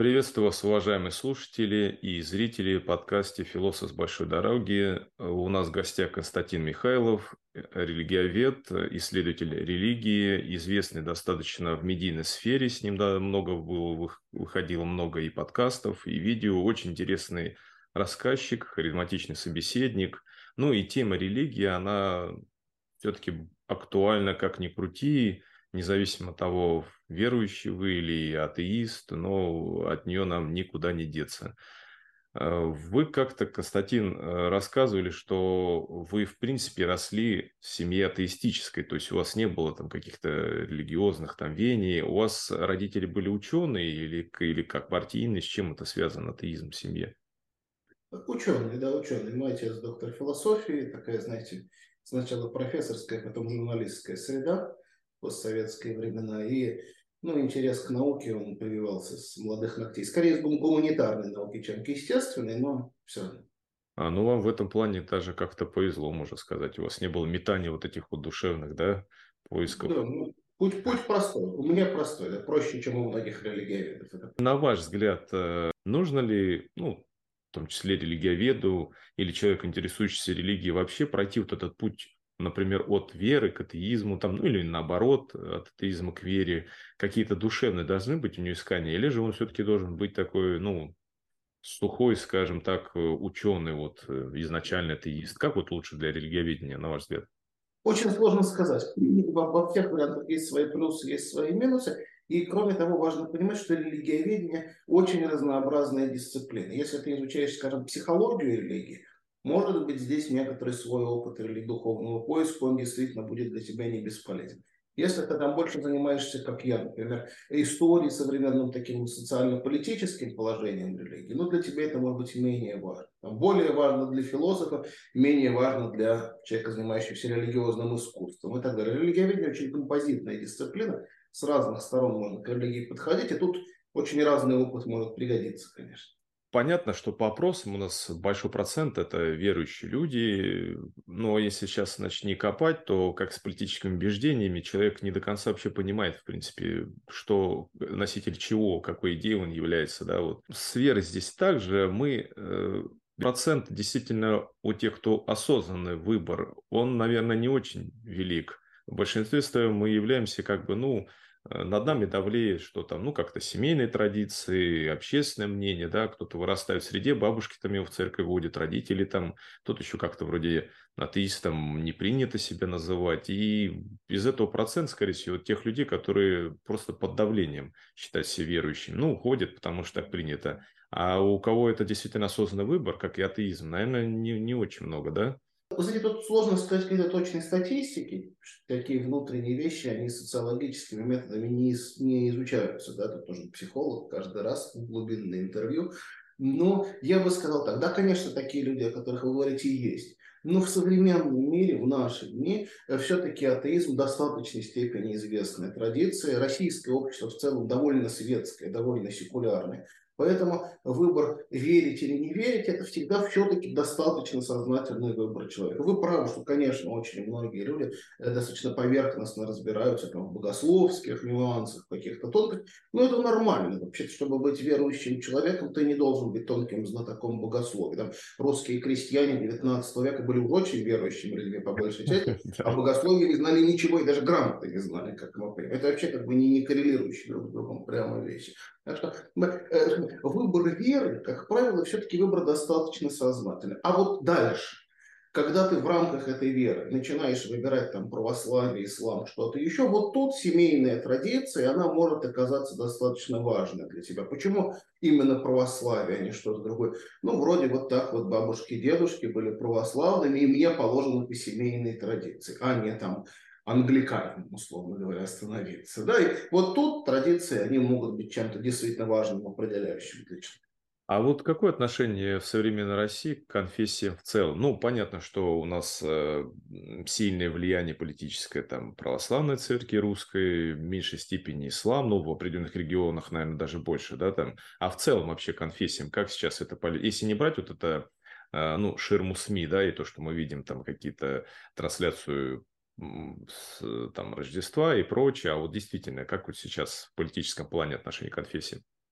Приветствую вас, уважаемые слушатели и зрители подкаста «Философ с большой дороги». У нас в гостях Константин Михайлов, религиовед, исследователь религии, известный достаточно в медийной сфере. С ним много было, выходило много и подкастов, и видео. Очень интересный рассказчик, харизматичный собеседник. Ну и тема религии, она все-таки актуальна, как ни крути, независимо от того, верующий вы или атеист, но от нее нам никуда не деться. Вы как-то, Константин, рассказывали, что вы, в принципе, росли в семье атеистической, то есть у вас не было там каких-то религиозных там веяний, у вас родители были ученые или как партийные, с чем это связано, атеизм в семье? Ученый, да, ученый. Мой отец доктор философии, такая, знаете, сначала профессорская, потом журналистская среда, постсоветские времена. И, интерес к науке, он прививался с молодых ногтей. Скорее, с гуманитарной науки, чем к естественной, но все равно. Ну, вам в этом плане даже как-то повезло, можно сказать. У вас не было метания вот этих вот душевных, да, поисков. Да, путь простой. У меня простой, да, проще, чем у многих религиоведов. На ваш взгляд, нужно ли, ну, в том числе религиоведу или человеку, интересующемуся религией, вообще пройти вот этот путь, например, от веры к атеизму, там, ну или наоборот, от атеизма к вере, какие-то душевные должны быть у него искания, или же он все-таки должен быть такой, ну, сухой, скажем так, ученый, вот, изначально атеист? Как вот лучше для религиоведения, на ваш взгляд? Очень сложно сказать. Во всех вариантах есть свои плюсы, есть свои минусы. И кроме того, важно понимать, что религиоведение очень разнообразная дисциплина. Если ты изучаешь, скажем, психологию религии, может быть, здесь некоторый свой опыт или духовного поиска, он действительно будет для тебя не бесполезен. Если ты там больше занимаешься, как я, например, историей, современным таким социально-политическим положением религии, для тебя это может быть менее важно. Там более важно для философа, менее важно для человека, занимающегося религиозным искусством и так далее. Религиоведение очень композитная дисциплина, с разных сторон можно к религии подходить, и тут очень разный опыт может пригодиться, конечно. Понятно, что по опросам у нас большой процент это верующие люди, но если сейчас начни копать, то как с политическими убеждениями человек не до конца вообще понимает, в принципе, что носитель чего, какой идеи он является, да, вот. С верой здесь также процент действительно у тех, кто осознанный выбор, он, наверное, не очень велик. В большинстве своем мы являемся как бы, ну, над нами давлеет, что там, ну, как-то семейные традиции, общественное мнение, да, кто-то вырастает в среде, бабушки там его в церковь водят, родители там, тут еще как-то вроде атеистом не принято себя называть. И из этого процент, скорее всего, тех людей, которые просто под давлением считают себя верующими, ну, уходят, потому что так принято. А у кого это действительно осознанный выбор, как и атеизм, наверное, не очень много, да? Вы знаете, тут сложно сказать какие-то точные статистики, такие внутренние вещи, они социологическими методами не изучаются, да, тут тоже психолог каждый раз глубинное интервью. Но я бы сказал так, да, конечно, такие люди, о которых вы говорите, и есть. Но в современном мире, в наши дни, все-таки атеизм в достаточной степени известная традиция. Российское общество в целом довольно светское, довольно секулярное. Поэтому выбор верить или не верить, это всегда все-таки достаточно сознательный выбор человека. Вы правы, что, конечно, очень многие люди достаточно поверхностно разбираются там, в богословских нюансах, каких-то тонких, но это нормально. Вообще, чтобы быть верующим человеком, ты не должен быть тонким знатоком богословия. Там, русские крестьяне XIX века были очень верующими людьми по большей части, а богословии не знали ничего и даже грамоты не знали, как мы понимаем. Это вообще как бы не коррелирующие друг с другом прямо вещи. Так что выбор веры, как правило, все-таки выбор достаточно сознательный. А вот дальше, когда ты в рамках этой веры начинаешь выбирать там православие, ислам, что-то еще, вот тут семейная традиция, она может оказаться достаточно важной для тебя. Почему именно православие, а не что-то другое? Ну, вроде вот так вот бабушки и дедушки были православными, и мне положено по семейной традиции, а не там англиканам, условно говоря, остановиться. Да? И вот тут традиции, они могут быть чем-то действительно важным, определяющим для человека. А вот какое отношение в современной России к конфессиям в целом? Ну, понятно, что у нас сильное влияние политическое, там, православной церкви русской, в меньшей степени ислам, ну, в определенных регионах, наверное, даже больше, да, там. А в целом вообще конфессиям, как сейчас это, если не брать вот это, ну, ширму СМИ, да, и то, что мы видим, там, какие-то трансляцию там, Рождества и прочее, а вот действительно, как вот сейчас в политическом плане отношение к конфессиям?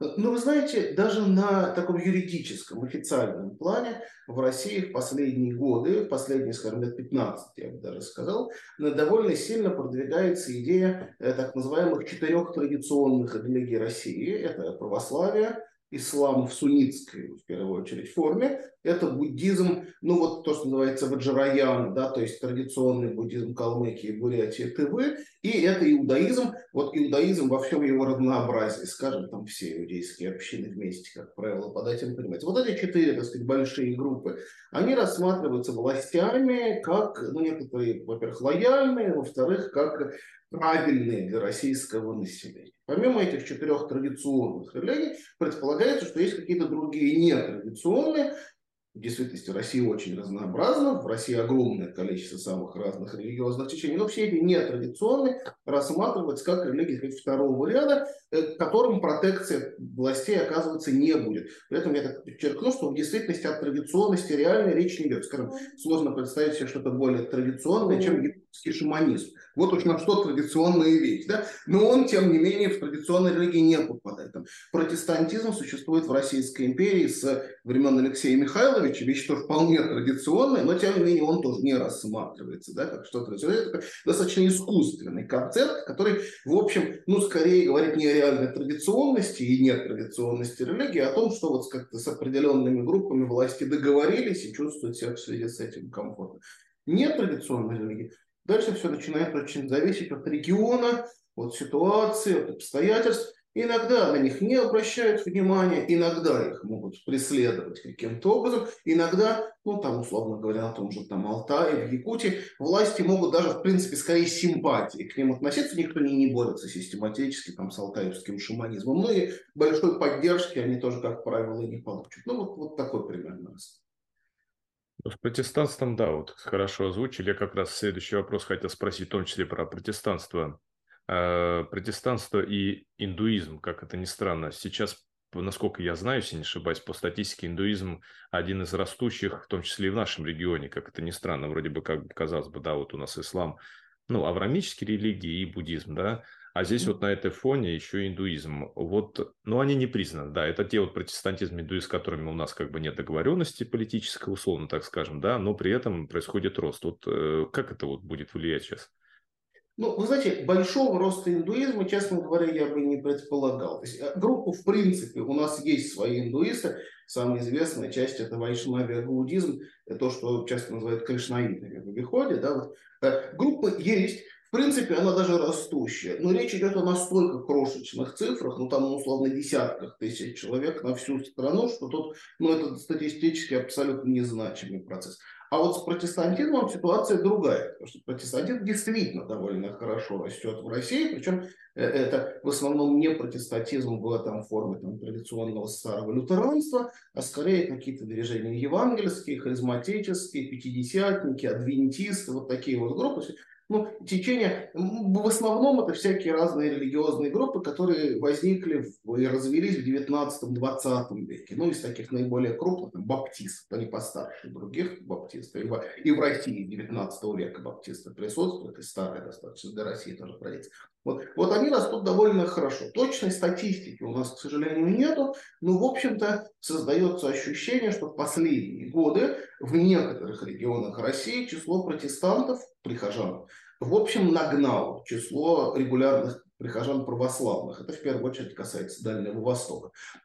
Ну, вы знаете, даже на таком юридическом, официальном плане в России в последние годы, в последние, скажем, лет 15, я бы даже сказал, довольно сильно продвигается идея так называемых четырех традиционных религий России. Это православие, ислам в суннитской, в первую очередь, форме. Это буддизм, ну вот то, что называется ваджраяна, да, то есть традиционный буддизм Калмыкии, Бурятии, Тывы. И это иудаизм, вот иудаизм во всем его разнообразии, скажем, там все иудейские общины вместе, как правило, под этим понимать. Вот эти четыре, так сказать, большие группы, они рассматриваются властями как, ну, некоторые, во-первых, лояльные, во-вторых, как правильные для российского населения. Помимо этих четырех традиционных религий, предполагается, что есть какие-то другие нетрадиционные. В действительности Россия очень разнообразна, в России огромное количество самых разных религиозных течений, но все эти нетрадиционные рассматриваются как религии сказать, второго ряда, которым протекция властей, оказывается, не будет. При этом я так подчеркну, что в действительности от традиционности реально речь не идет. Скажем, сложно представить себе что-то более традиционное, чем японский шаманизм. Вот уж на что традиционная вещь, да? Но он, тем не менее, в традиционной религии не попадает. Там, протестантизм существует в Российской империи с времен Алексея Михайловича, вещь тоже вполне традиционная, но тем не менее он тоже не рассматривается, да, как что-то. Это достаточно искусственный концепт, который, в общем, ну, скорее говорит не о реальной традиционности и нет традиционности религии, а о том, что вот как-то с определенными группами власти договорились и чувствуют себя в связи с этим комфортно. Нет традиционной религии. Дальше все начинает очень зависеть от региона, от ситуации, от обстоятельств. Иногда на них не обращают внимания, иногда их могут преследовать каким-то образом, иногда, ну там, условно говоря, на том же там Алтае, в Якутии, власти могут даже, в принципе, скорее с симпатией к ним относиться, никто не борется систематически там с алтаевским шаманизмом, ну и большой поддержки они тоже, как правило, не получат. Ну вот такой примерно расклад. Ну, с протестантством, да, вот хорошо озвучили. Я как раз следующий вопрос хотел спросить, в том числе про протестантство. Протестантство и индуизм, как это ни странно. Сейчас, насколько я знаю, если не ошибаюсь, по статистике индуизм один из растущих, в том числе и в нашем регионе, как это ни странно. Вроде бы, как казалось бы, да, вот у нас ислам, ну, авраамические религии и буддизм, да, а здесь вот на этой фоне еще и индуизм. Вот, ну, они не признаны, да. Это те вот протестантизм, индуизм, с которыми у нас как бы нет договоренности политической, условно так скажем, да, но при этом происходит рост. Вот как это вот будет влиять сейчас? Ну, вы знаете, большого роста индуизма, честно говоря, я бы не предполагал. То есть, группу, в принципе, у нас есть свои индуисты. Самая известная часть – это вайшнавия буддизм, это то, что часто называют кришнаитами в обиходе. Да, вот. Группа есть, в принципе, она даже растущая. Но речь идет о настолько крошечных цифрах, ну, там, условно, десятках тысяч человек на всю страну, что тут, ну, это статистически абсолютно незначимый процесс. А вот с протестантизмом ситуация другая, потому что протестантизм действительно довольно хорошо растет в России, причем это в основном не протестантизм в этом форме там, традиционного старого лютеранства, а скорее какие-то движения евангельские, харизматические, пятидесятники, адвентисты, вот такие вот группы. Ну, течения, в основном это всякие разные религиозные группы, которые возникли и развились в 19-20 веке. Ну, из таких наиболее крупных, там, баптистов, они постарше других баптистов. И в России 19 века баптисты присутствуют, и старая достаточно для России тоже традиция. Вот они растут довольно хорошо. Точной статистики у нас, к сожалению, нету, но, в общем-то, создается ощущение, что в последние годы в некоторых регионах России число протестантов, прихожан, в общем, нагнал число регулярных прихожан православных. Это в первую очередь касается Дальнего Востока.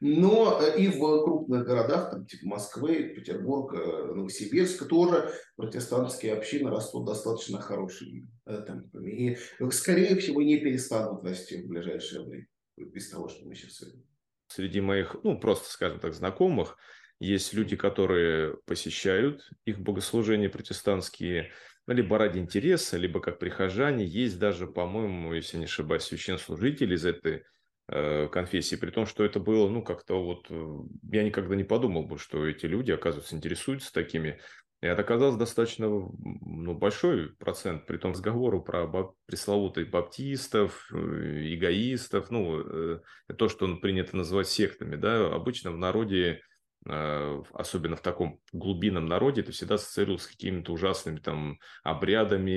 Но и в крупных городах, там, типа Москвы, Петербурга, Новосибирска, тоже протестантские общины растут достаточно хорошими темпами. И, скорее всего, не перестанут расти в ближайшее время. Без того, что мы сейчас видим. Среди моих, ну, просто, скажем так, знакомых, есть люди, которые посещают их богослужения протестантские, ну, либо ради интереса, либо как прихожане. Есть даже, по-моему, если не ошибаюсь, священнослужители из этой конфессии, при том, что это было, ну, как-то вот, я никогда не подумал бы, что эти люди, оказывается, интересуются такими. И это оказалось достаточно, ну, большой процент, при том разговору про пресловутых баптистов, эгоистов, ну, то, что принято называть сектами, да, обычно в народе, особенно в таком глубинном народе, это всегда ассоциировалось с какими-то ужасными там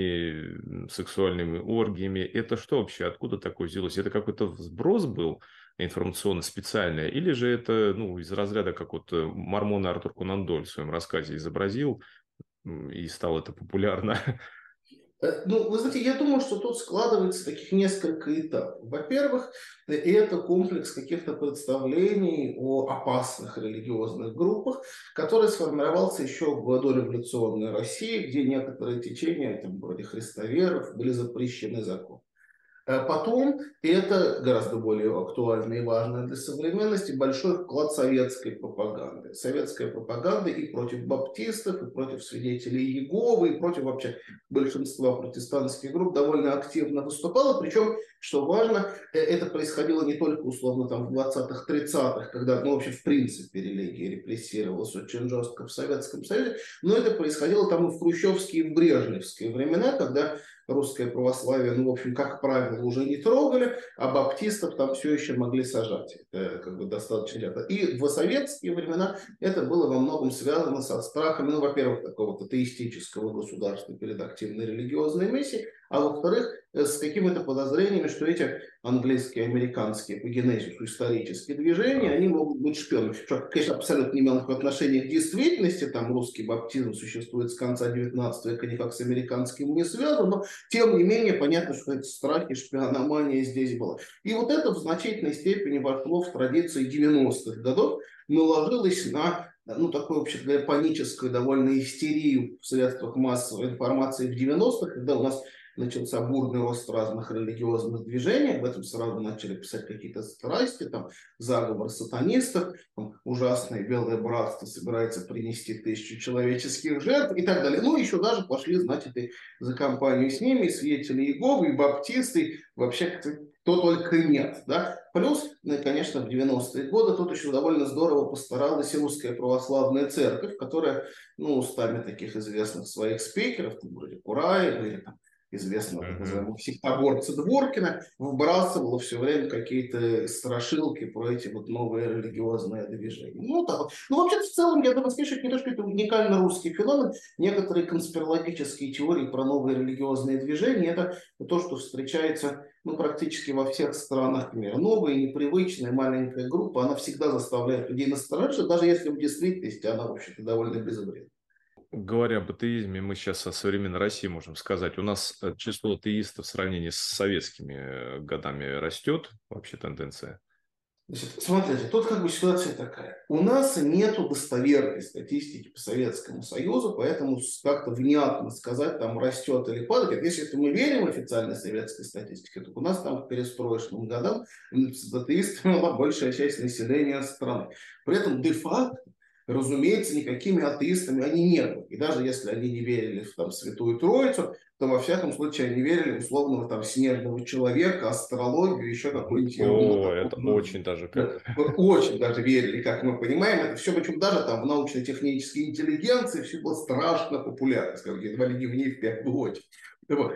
обрядами, сексуальными оргиями. Это что вообще? Откуда такое взялось? Это какой-то сброс был? информационно специальное, или же это из разряда, как вот мормон Артур Конан Дойль в своем рассказе изобразил, и стало это популярно. Ну, вы знаете, я думаю, что тут складывается таких несколько этапов. Во-первых, это комплекс каких-то представлений о опасных религиозных группах, который сформировался еще в дореволюционной России, где некоторые течения, там, вроде христоверов, были запрещены законом. Потом, и это гораздо более актуально и важно для современности, большой вклад советской пропаганды. Советская пропаганда и против баптистов, и против свидетелей Иеговы, и против вообще большинства протестантских групп довольно активно выступала. Причем, что важно, это происходило не только условно там в 20-х, 30-х, когда, вообще в принципе религия репрессировалась очень жестко в Советском Союзе, но это происходило там и в хрущевские, и в брежневские времена, когда русское православие, в общем, как правило, уже не трогали, а баптистов там все еще могли сажать. Это как бы достаточно часто. И в советские времена это было во многом связано со страхами, во-первых, такого атеистического государства перед активной религиозной миссией, а во-вторых, с какими-то подозрениями, что эти английские, американские по генезису исторические движения, они могут быть шпионами. Что, конечно, абсолютно не имело никакого отношения к действительности, там русский баптизм существует с конца 19 века, никак с американским не связан, но тем не менее понятно, что это страх и шпиономания здесь была. И вот это в значительной степени вошло в традиции 90-х годов, наложилось на такую, вообще говоря, паническую довольно истерию в средствах массовой информации в 90-х, когда у нас начался бурный рост разных религиозных движений, об этом сразу начали писать какие-то страсти, там, заговор сатанистов, там, ужасное белое братство собирается принести 1000 человеческих жертв и так далее. Ну, еще даже пошли, значит, и за компанию с ними, и свидетели Иеговы, и баптисты, и вообще кто только нет, да. Плюс, конечно, в 90-е годы тут еще довольно здорово постаралась и русская православная церковь, которая, устами таких известных своих спикеров, там, вроде Кураева или там, известного так называемого сектоборца Дворкина, вбрасывала все время какие-то страшилки про эти вот новые религиозные движения. Так вот. Вообще, в целом, я думаю, сказать, что это не то, что это уникально русский феномен. Некоторые конспирологические теории про новые религиозные движения – это то, что встречается практически во всех странах мира. Новая, непривычная, маленькая группа, она всегда заставляет людей насторожиться, даже если в действительности она, в общем-то, довольно безвредна. Говоря об атеизме, мы сейчас о современной России можем сказать. У нас число атеистов в сравнении с советскими годами растет, вообще тенденция. Значит, смотрите, тут как бы ситуация такая. У нас нет достоверной статистики по Советскому Союзу, поэтому как-то внятно сказать, там растет или падает. Если мы верим в официальной советской статистике, то у нас там к перестроечным годам с атеистами была большая часть населения страны. При этом де-факто, разумеется, никакими атеистами они не были. И даже если они не верили в там, Святую Троицу, то во всяком случае они верили в условного там снежного человека, астрологию, еще какой-нибудь ерунду. Это очень даже как... Очень даже верили, как мы понимаем. Это все, почему даже там в научно-технической интеллигенции все было страшно популярно, скажем, едва ли не в первую очередь. Вот.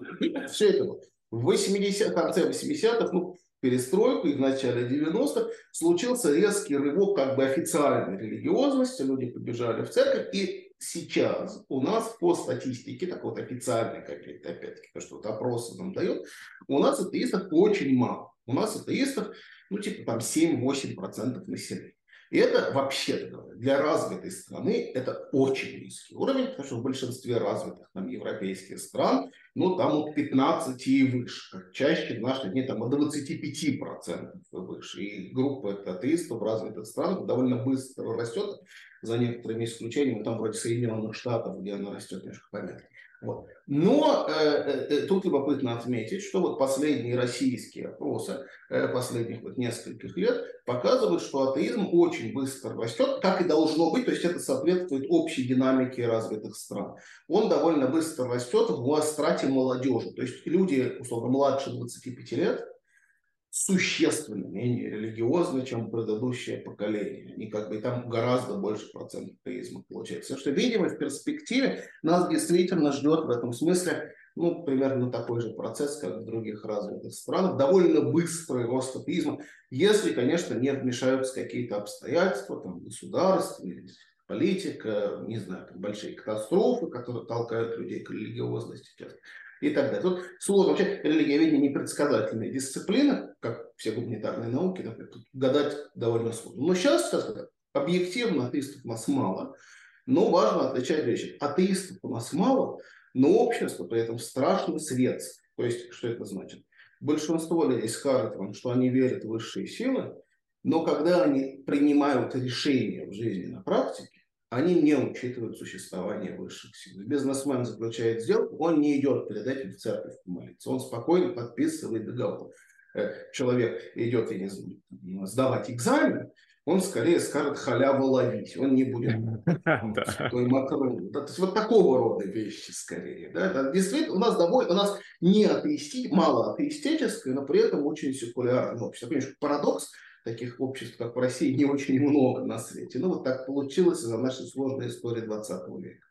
Все это вот. В 80 конце 80-х, перестройку и в начале 90-х случился резкий рывок как бы официальной религиозности, люди побежали в церковь, и сейчас у нас по статистике, так вот официальной какой-то, опять-таки, то, что вот опросы нам дают, у нас атеистов очень мало. У нас атеистов, там 7-8% населения. И это вообще для развитой страны это очень низкий уровень, потому что в большинстве развитых нам европейских стран, там от 15 и выше. Чаще в наши дни там от 25% и выше. И группа атеистов в развитых странах довольно быстро растет, за некоторыми исключениями, там вроде Соединенных Штатов, где она растет немножко помягче. Вот. Но тут любопытно отметить, что вот последние российские опросы последних нескольких лет показывают, что атеизм очень быстро растет, как и должно быть, то есть это соответствует общей динамике развитых стран. Он довольно быстро растет в страте молодежи, то есть люди, условно, младше 25 лет, существенно менее религиозны, чем предыдущее поколение. И как бы там гораздо больше процентов атеизма получается. Потому что, видимо, в перспективе нас действительно ждет в этом смысле примерно такой же процесс, как в других развитых странах. Довольно быстрый рост атеизма, если, конечно, не вмешаются какие-то обстоятельства, там, государственные, политика, не знаю, там, большие катастрофы, которые толкают людей к религиозности. и так далее. Тут сложно. Вообще религиоведение непредсказательная дисциплина, как все гуманитарные науки, например, тут гадать довольно сложно. Но сейчас, так сказать, объективно атеистов у нас мало, но важно отличать вещи. Атеистов у нас мало, но общество при этом страшно светское. То есть, что это значит? Большинство людей скажет вам, что они верят в высшие силы, но когда они принимают решения в жизни на практике, они не учитывают существование высших сил. Бизнесмен заключает сделку, он не идет перед этим в церковь помолиться, он спокойно подписывает договор. Человек идет, я не знаю, сдавать экзамен, он скорее скажет халява ловить, он не будет Да. святой Макрон. То есть вот такого рода вещи скорее. Да? Это действительно у нас не мало атеистическое, но при этом очень секулярное общество. Понимаешь, парадокс, таких обществ, как в России, не очень много на свете. Ну, вот так получилось из-за нашей сложной истории 20 века.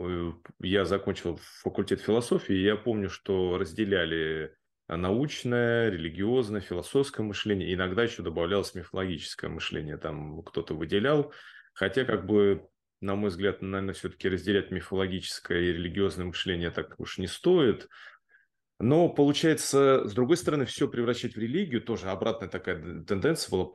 Я закончил факультет философии, и я помню, что разделяли научное, религиозное, философское мышление, иногда еще добавлялось мифологическое мышление, там кто-то выделял, хотя, как бы, на мой взгляд, наверное, все-таки разделять мифологическое и религиозное мышление так уж не стоит. Но получается, с другой стороны, все превращать в религию, тоже обратная такая тенденция была,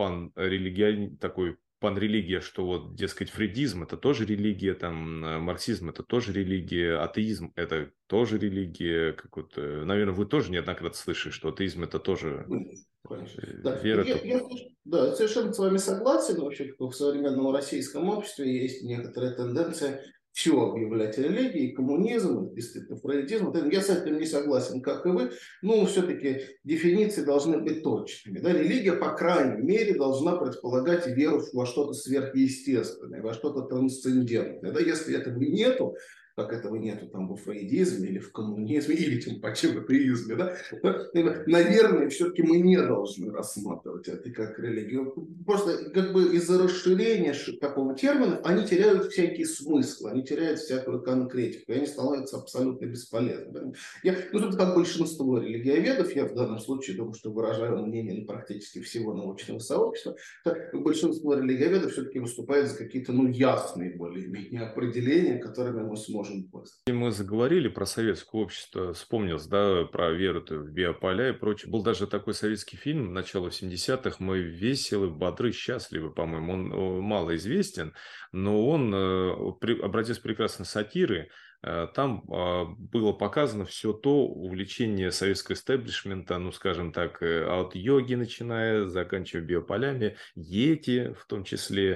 такой панрелигия, что вот, дескать, фрейдизм – это тоже религия, там, марксизм – это тоже религия, атеизм – это тоже религия. Как вот, наверное, вы тоже неоднократно слышали, что атеизм – это тоже Конечно. Да, вера. да, совершенно с вами согласен. Вообще, в современном российском обществе есть некоторая тенденция все объявлять религией, коммунизм, действительно, фрейдизм. Я с этим не согласен, как и вы. Но все-таки дефиниции должны быть точными. Да? Религия, по крайней мере, должна предполагать веру во что-то сверхъестественное, во что-то трансцендентное. Да? Если этого нету, как этого нету там во фрейдизме или в коммунизме, или тем паче в атеизме, да? Наверное, все-таки мы не должны рассматривать это как религию. Просто как бы из-за расширения такого термина они теряют всякий смысл, они теряют всякую конкретику, и они становятся абсолютно бесполезными. Тут как большинство религиоведов, я в данном случае думаю, что выражаю мнение практически всего научного сообщества, большинство религиоведов все-таки выступает за какие-то ясные более-менее определения, которыми мы сможем пользоваться. И мы заговорили про советское общество, вспомнилось, да, про веру в биополя и прочее. Был даже такой советский фильм начала 70-х «Мы веселы, бодры, счастливы», по-моему. Он мало известен, но он образец прекрасной сатиры. Там было показано все то увлечение советского истеблишмента, ну, скажем так, от йоги начиная, заканчивая биополями, йети в том числе.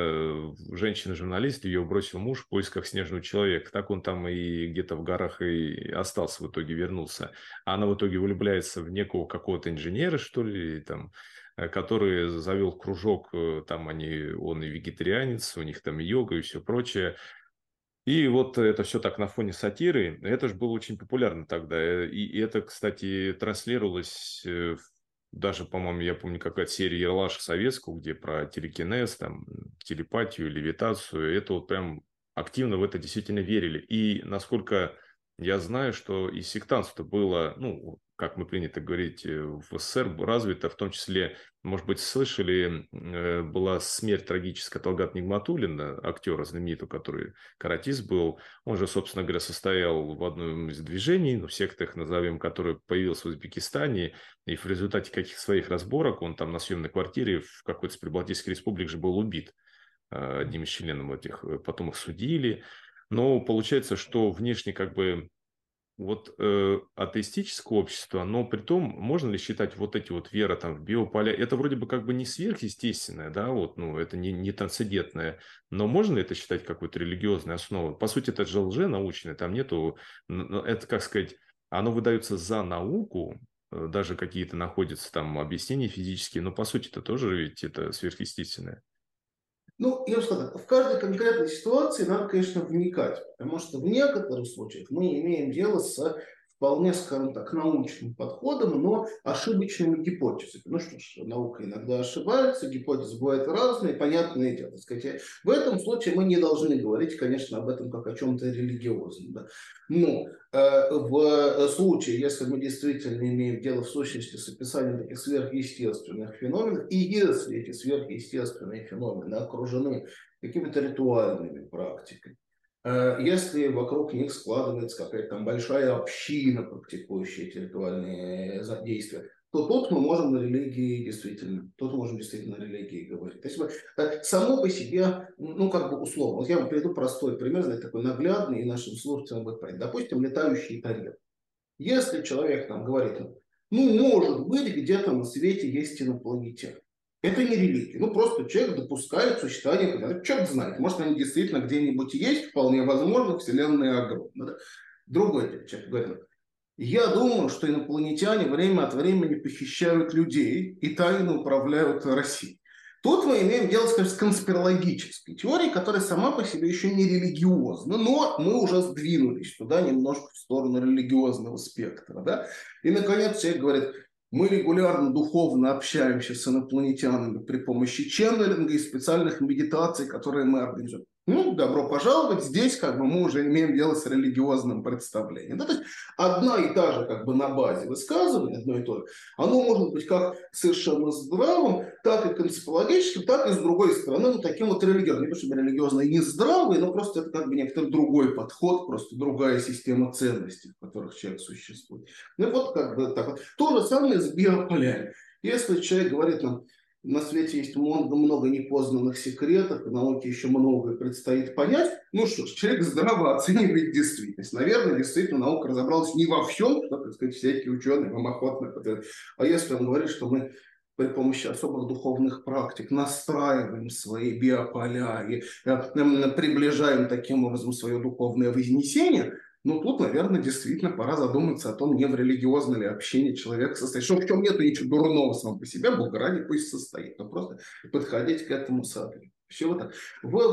Женщина-журналист, ее бросил муж в поисках снежного человека. Так он там и где-то в горах и остался, в итоге вернулся. А она в итоге влюбляется в некого какого-то инженера, что ли, там, который завел кружок, там он и вегетарианец, у них там йога и все прочее. И вот это все так на фоне сатиры. Это же было очень популярно тогда. И это, кстати, транслировалось даже, по-моему, я помню, какая-то серия Ералаша советского, где про телекинез, там, телепатию, левитацию. Это вот прям активно в это действительно верили. И насколько я знаю, что и сектантство было, ну, как мы принято говорить, в СССР развито, в том числе, может быть, слышали, была смерть трагическая Талгата Нигматуллина, актера знаменитого, который каратист был. Он же, собственно говоря, состоял в одном из движений, ну, сектах, назовем, которое появилось в Узбекистане, и в результате каких своих разборок он там на съемной квартире в какой-то из прибалтийских республик же был убит одним из членов этих, потом их судили. Но получается, что внешне как бы вот атеистическое общество, но при том можно ли считать вот эти вот вера там в биополя, это вроде бы как бы не сверхъестественное, да, вот, ну, это не трансцендентное, но можно ли это считать какой-то религиозной основой? По сути, это же лженаучное, там нету, это, как сказать, оно выдается за науку, даже какие-то находятся там объяснения физические, но по сути это тоже ведь это сверхъестественное. Я бы сказал так, в каждой конкретной ситуации надо, конечно, вникать, потому что в некоторых случаях мы имеем дело с вполне, скажем так, научным подходом, но ошибочными гипотезами. Ну что ж, наука иногда ошибается, гипотезы бывают разные, понятное дело. Так сказать. В этом случае мы не должны говорить, конечно, об этом как о чем-то религиозном. Да. Но в случае, если мы действительно имеем дело в сущности с описанием таких сверхъестественных феноменов, и если эти сверхъестественные феномены окружены какими-то ритуальными практиками, Если вокруг них складывается какая-то там большая община, практикующая интеллектуальные действия, то тут мы можем на религии действительно, тут мы можем действительно на религии говорить. То есть само по себе, ну как бы условно, вот я вам приведу простой пример, знаете, такой наглядный, и нашим слушателям будет понятно. Допустим, летающие тарелки. Если человек там говорит, ну, может быть, где-то на свете есть инопланетяне. Это не религия. Ну, просто человек допускает существование планет. Черт знает, может, они действительно где-нибудь есть, вполне возможно, Вселенная огромна. Да? Другой человек говорит, я думаю, что инопланетяне время от времени похищают людей и тайно управляют Россией. Тут мы имеем дело, скажем, с конспирологической теорией, которая сама по себе еще не религиозна, но мы уже сдвинулись туда немножко в сторону религиозного спектра. Да? И, наконец, человек говорит, мы регулярно духовно общаемся с инопланетянами при помощи ченнелинга и специальных медитаций, которые мы организуем. Ну, добро пожаловать, здесь как бы мы уже имеем дело с религиозным представлением. Да, то есть одна и та же как бы на базе высказывания, одно и то же, оно может быть как совершенно здравым, так и конспирологическим, так и с другой стороны, ну, таким вот религиозным. Не то, чтобы религиозно и не здравый, но просто это как бы некоторый другой подход, просто другая система ценностей, в которых человек существует. Ну, вот как бы так вот. То же самое с биополями. Если человек говорит нам, на свете есть много непознанных секретов, и науке еще многое предстоит понять. Ну что ж, человек здраво оценивает действительность. Наверное, действительно наука разобралась не во всем, что, так сказать, всякие ученые вам охотно подтвердят. А если он говорит, что мы при помощи особых духовных практик настраиваем свои биополя и приближаем таким образом свое духовное вознесение, ну, тут, наверное, действительно пора задуматься о том, не в религиозно ли общение человека состоит. Что в чем нет ничего дурного сам по себе, Бога ради, пусть состоит. Но просто подходить к этому соответственно. Все вот так.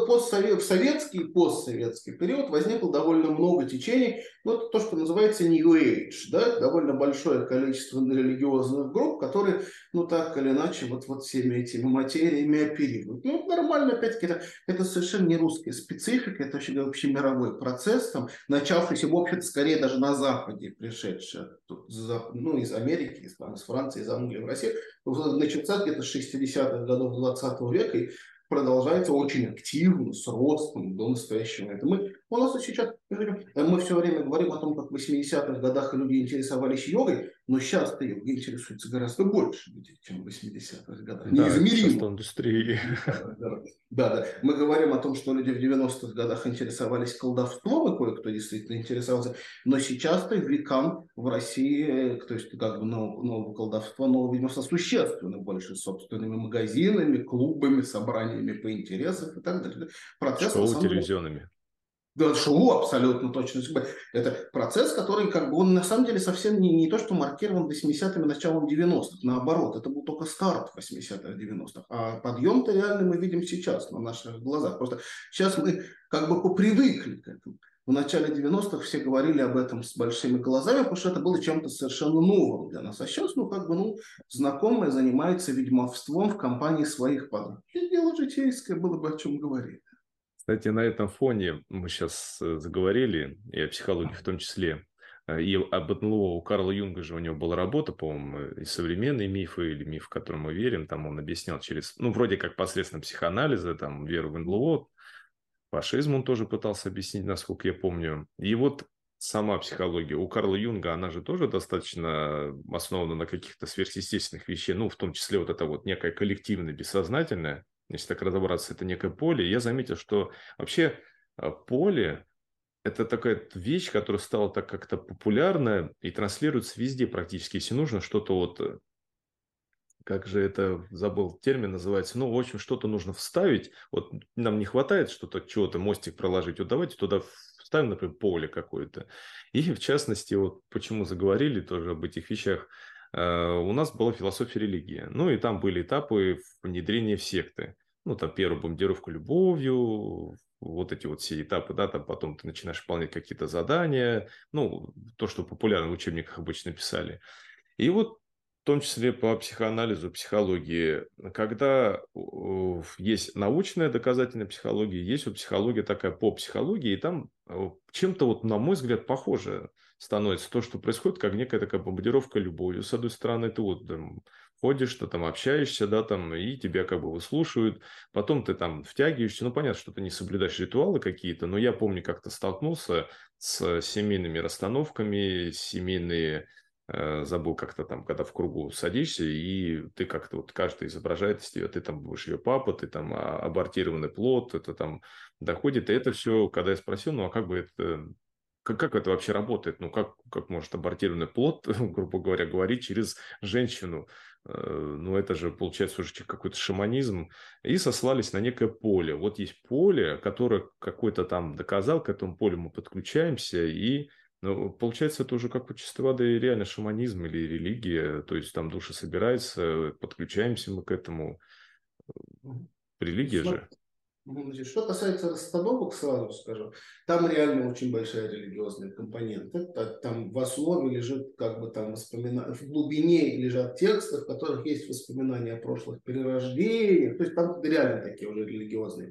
В советский и постсоветский период возникло довольно много течений, ну, это то, что называется New Age, да, довольно большое количество религиозных групп, которые, ну, так или иначе, вот всеми этими материями оперируют. Ну, нормально, опять-таки, это совершенно не русская специфика, это вообще общемировой процесс, там, начавшийся, в общем-то, скорее даже на Западе, пришедший ну, из Америки, из Франции, из Англии в Россию, начался где-то с 60-х годов 20 века, и продолжается очень активно, с ростом до настоящего момента. У нас сейчас, мы все время говорим о том, как в 80-х годах люди интересовались йогой, но сейчас-то йогой интересуется гораздо больше людей, чем в 80-х годах. Да, это Неизмеримо. состав индустрии. Да. Мы говорим о том, что люди в 90-х годах интересовались колдовством, и кое-кто действительно интересовался, но сейчас-то векам в России, то есть как бы нового колдовства, нового, видимо, существенно больше, собственными магазинами, клубами, собраниями по интересам и так далее. Процесс, на Шоу самом деле, телевизионными. да, шоу абсолютно точно. Это процесс, который как бы он на самом деле совсем не то, что маркирован 80-ми, началом 90-х. Наоборот, это был только старт 80-х, 90-х. А подъем-то реально мы видим сейчас на наших глазах. Просто сейчас мы как бы попривыкли к этому. В начале 90-х все говорили об этом с большими глазами, потому что это было чем-то совершенно новым для нас. А сейчас, знакомые занимаются ведьмовством в компании своих подруг. И дело житейское, было бы о чем говорить. Кстати, на этом фоне мы сейчас заговорили, и о психологии в том числе, и об НЛО. У Карла Юнга же у него была работа, по-моему, и современные мифы, или миф, в который мы верим, там он объяснял через, ну, вроде как посредством психоанализа, там, веру в НЛО, фашизм он тоже пытался объяснить, насколько я помню. И вот сама психология у Карла Юнга, она же тоже достаточно основана на каких-то сверхъестественных вещах, ну, в том числе вот это вот некое коллективное, бессознательное. Если так разобраться, это некое поле. И я заметил, что вообще поле – это такая вещь, которая стала так как-то популярна и транслируется везде практически. Если нужно что-то вот, как же это, забыл термин называется, ну, в общем, что-то нужно вставить. Вот нам не хватает что-то, чего-то, мостик проложить. Вот давайте туда вставим, например, поле какое-то. И в частности, вот почему заговорили тоже об этих вещах, у нас была философия религии. Ну, и там были этапы внедрения в секты. Ну, там первая бомбардировка любовью, вот эти вот все этапы, да, там потом ты начинаешь выполнять какие-то задания, ну, то, что популярно в учебниках обычно писали. И вот в том числе по психоанализу, психологии, когда есть научная доказательная психология, есть вот психология такая по психологии, и там чем-то, вот, на мой взгляд, похоже становится то, что происходит, как некая такая бомбардировка любовью. С одной стороны, ты вот там, ходишь, ты там общаешься, да, там, и тебя как бы выслушивают, потом ты там втягиваешься, ну, понятно, что ты не соблюдаешь ритуалы какие-то, но я помню, как-то столкнулся с семейными расстановками, семейные, забыл как-то там, когда в кругу садишься, и ты как-то вот каждый изображает из тебя, ты там будешь ее папа, ты там абортированный плод, это там доходит, и это все, когда я спросил, ну, а как бы это... Как это вообще работает? Ну, как может абортированный плод, грубо говоря, говорить через женщину? Ну, это же, получается, уже какой-то шаманизм. И сослались на некое поле. Вот есть поле, которое какой-то там доказал, к этому полю мы подключаемся, и ну, получается, это уже как у чистой воды реально шаманизм или религия. То есть там души собираются, подключаемся мы к этому. Мгм. Религия Смотри, же. значит, что касается расстановок, сразу скажу, там реально очень большая религиозная компонента. Там в основе лежит, как бы там воспоминания, в глубине лежат тексты, в которых есть воспоминания о прошлых перерождениях. То есть там реально такие уже религиозные.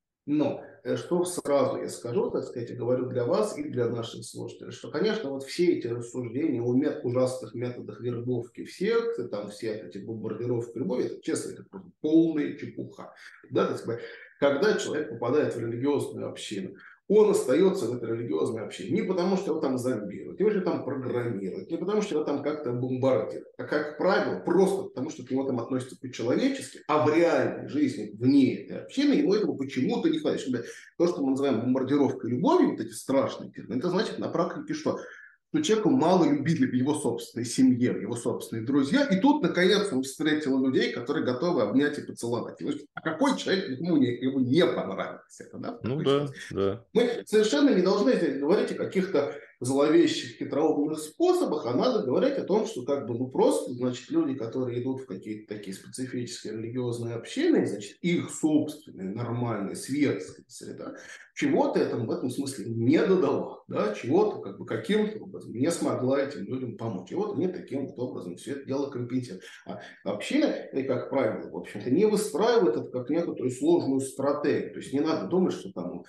Но что сразу я скажу, так сказать, и говорю для вас и для наших слушателей, что, конечно, вот все эти рассуждения о ужасных методах вербовки всех, там все эти бомбардировки любови, это, честно, это просто полная чепуха. Да, так сказать, когда человек попадает в религиозную общину, он остается в этой религиозной общине не потому, что его там зомбируют, не потому, что его там программируют, не потому, что его там как-то бомбардируют, а, как правило, просто потому, что к нему там относятся по-человечески, а в реальной жизни, вне этой общины, ему этого почему-то не хватит. То, что мы называем бомбардировкой любовью, вот эти страшные термины, это значит на практике что? Что человеку мало любили в его собственной семье, в его собственные друзья, и тут, наконец, он встретил людей, которые готовы обнять и поцеловать. А какой человек ему не понравился? Это, да? Ну Какой человек? да, да. Мы совершенно не должны здесь говорить о каких-то зловещих, хитроумных способах, а надо говорить о том, что как бы, ну просто, значит, люди, которые идут в какие-то такие специфические религиозные общины, значит, их собственная нормальная светская среда, чего-то этому в этом смысле не додала, да, чего-то как бы каким-то образом не смогла этим людям помочь. И вот они таким вот образом все это дело компетентны. А община, как правило, в общем-то, не выстраивает это как некоторую сложную стратегию. То есть не надо думать, что там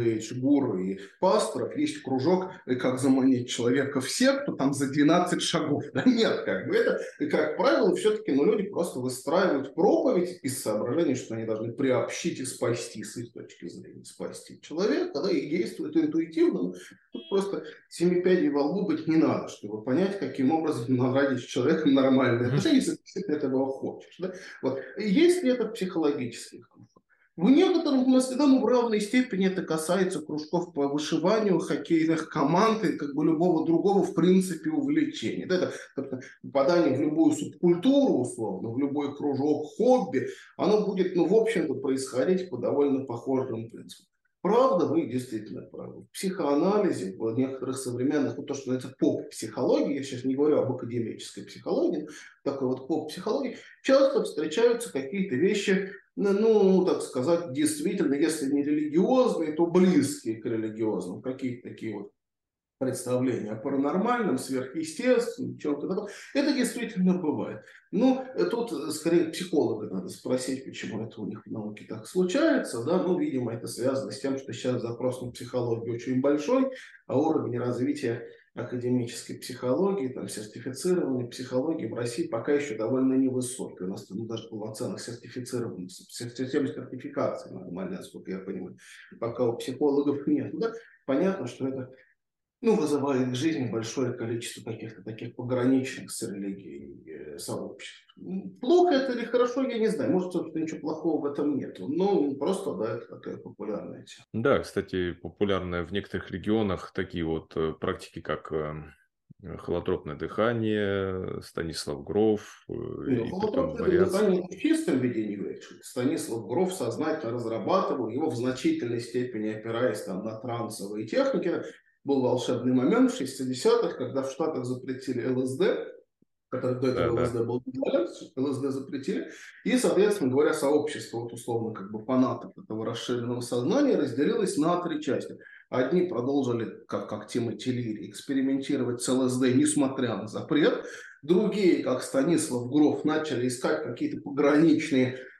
гуру и пасторов есть кружок, как заманить человека в секту, там за 12 шагов. Да нет, как бы это, как правило, все-таки люди просто выстраивают проповедь из соображения, что они должны приобщить и спасти, с их точки зрения, спасти человека, да, и действуют интуитивно. Ну, тут просто семи пядей во лбу быть не надо, чтобы понять, каким образом наладить с человеком нормальные отношения, если ты этого хочешь. Да? Вот. Есть ли это психологический комфорт? В некотором смысле, да, ну, в равной степени это касается кружков по вышиванию, хоккейных команд и как бы любого другого, в принципе, увлечения. Да, это попадание в любую субкультуру, условно, в любой кружок, хобби, оно будет, ну, в общем-то, происходить по довольно похожим принципам. Правда, вы действительно правы. В психоанализе, в некоторых современных, вот то, что называется поп-психологии, я сейчас не говорю об академической психологии, такой вот поп-психологии, часто встречаются какие-то вещи, ну, так сказать, действительно, если не религиозные, то близкие к религиозным. Какие-то такие вот представления о паранормальном, сверхъестественном, чем-то таком. Это действительно бывает. Но тут скорее психолога надо спросить, почему это у них в науке так случается. Да? Ну, видимо, это связано с тем, что сейчас запрос на психологию очень большой, а уровень развития академической психологии, там, сертифицированной психологии в России пока еще довольно невысокий. У нас там даже полноценных сертифицированных, систем сертификации нормально, насколько я понимаю, пока у психологов нет. Да? Понятно, что это, ну, вызывает к жизни большое количество каких-то таких пограничных с религией сообществ. Плохо это или хорошо, я не знаю. Может, собственно, ничего плохого в этом нет. Но просто, да, это такая популярная тема. Да, кстати, популярны в некоторых регионах такие вот практики, как холотропное дыхание, Станислав Гров Ну, и потом холотропное вариации. дыхание в чистом виде не выречено. Станислав Гров сознательно разрабатывал его в значительной степени, опираясь там на трансовые техники. Был волшебный момент в 60-х, когда в Штатах запретили ЛСД, который до Да, этого да. ЛСД был легален, ЛСД запретили. И, соответственно говоря, сообщество, вот условно как бы фанатов этого расширенного сознания разделилось на три части. Одни продолжили, как Тимоти Лири, экспериментировать с ЛСД, несмотря на запрет. Другие, как Станислав Гров, начали искать какие-то пограничные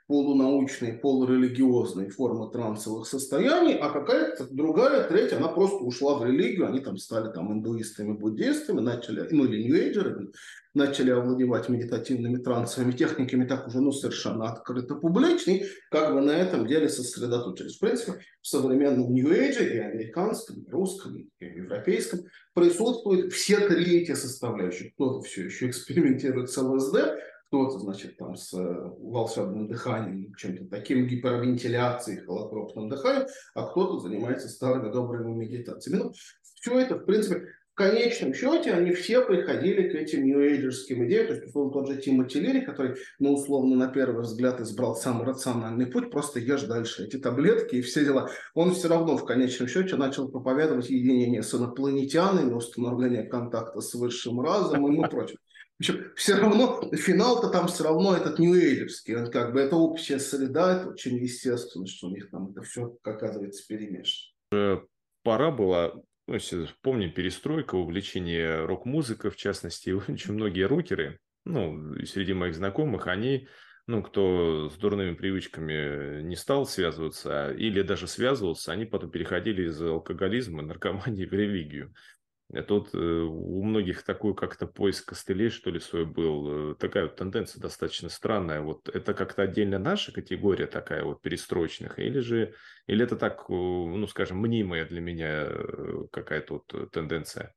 полунаучные, полурелигиозные формы трансовых состояний, а какая-то другая треть, она просто ушла в религию, они там стали там индуистами, буддистами, начали, ну или нью-эйджерами, начали овладевать медитативными трансовыми техниками, так уже, ну, совершенно открыто публично, и как бы на этом деле сосредоточились. В принципе, в современном нью-эйдже, и американском, и русском, и европейском, присутствуют все три эти составляющие. Кто-то все еще экспериментирует с ЛСД, кто-то, значит, там с волшебным дыханием, чем-то таким, гипервентиляцией, холотропным дыханием, а кто-то занимается старыми добрыми медитациями. Ну, все это, в принципе, в конечном счете, они все приходили к этим нью-эйджерским идеям, то есть, условно, тот же Тимоти Лири, который, ну, условно, на первый взгляд избрал самый рациональный путь, просто ешь дальше эти таблетки и все дела. Он все равно, в конечном счете, начал проповедовать единение с инопланетянами, установление контакта с высшим разумом и прочее. Причем все равно, финал-то там все равно этот нью-эйджерский, он как бы это общая среда, это очень естественно, что у них там это все, оказывается, перемешано. Пора была, ну, если помним, перестройка, увлечение рок-музыкой, в частности, очень многие рокеры, ну, и среди моих знакомых, они, ну, кто с дурными привычками не стал связываться, или даже связывался, они потом переходили из алкоголизма, наркомании в религию. Тут у многих такой как-то поиск костылей, что ли, свой был. Такая вот тенденция достаточно странная. Вот это как-то отдельно наша категория такая вот перестроечных, или это так, ну, скажем, мнимая для меня какая-то вот тенденция?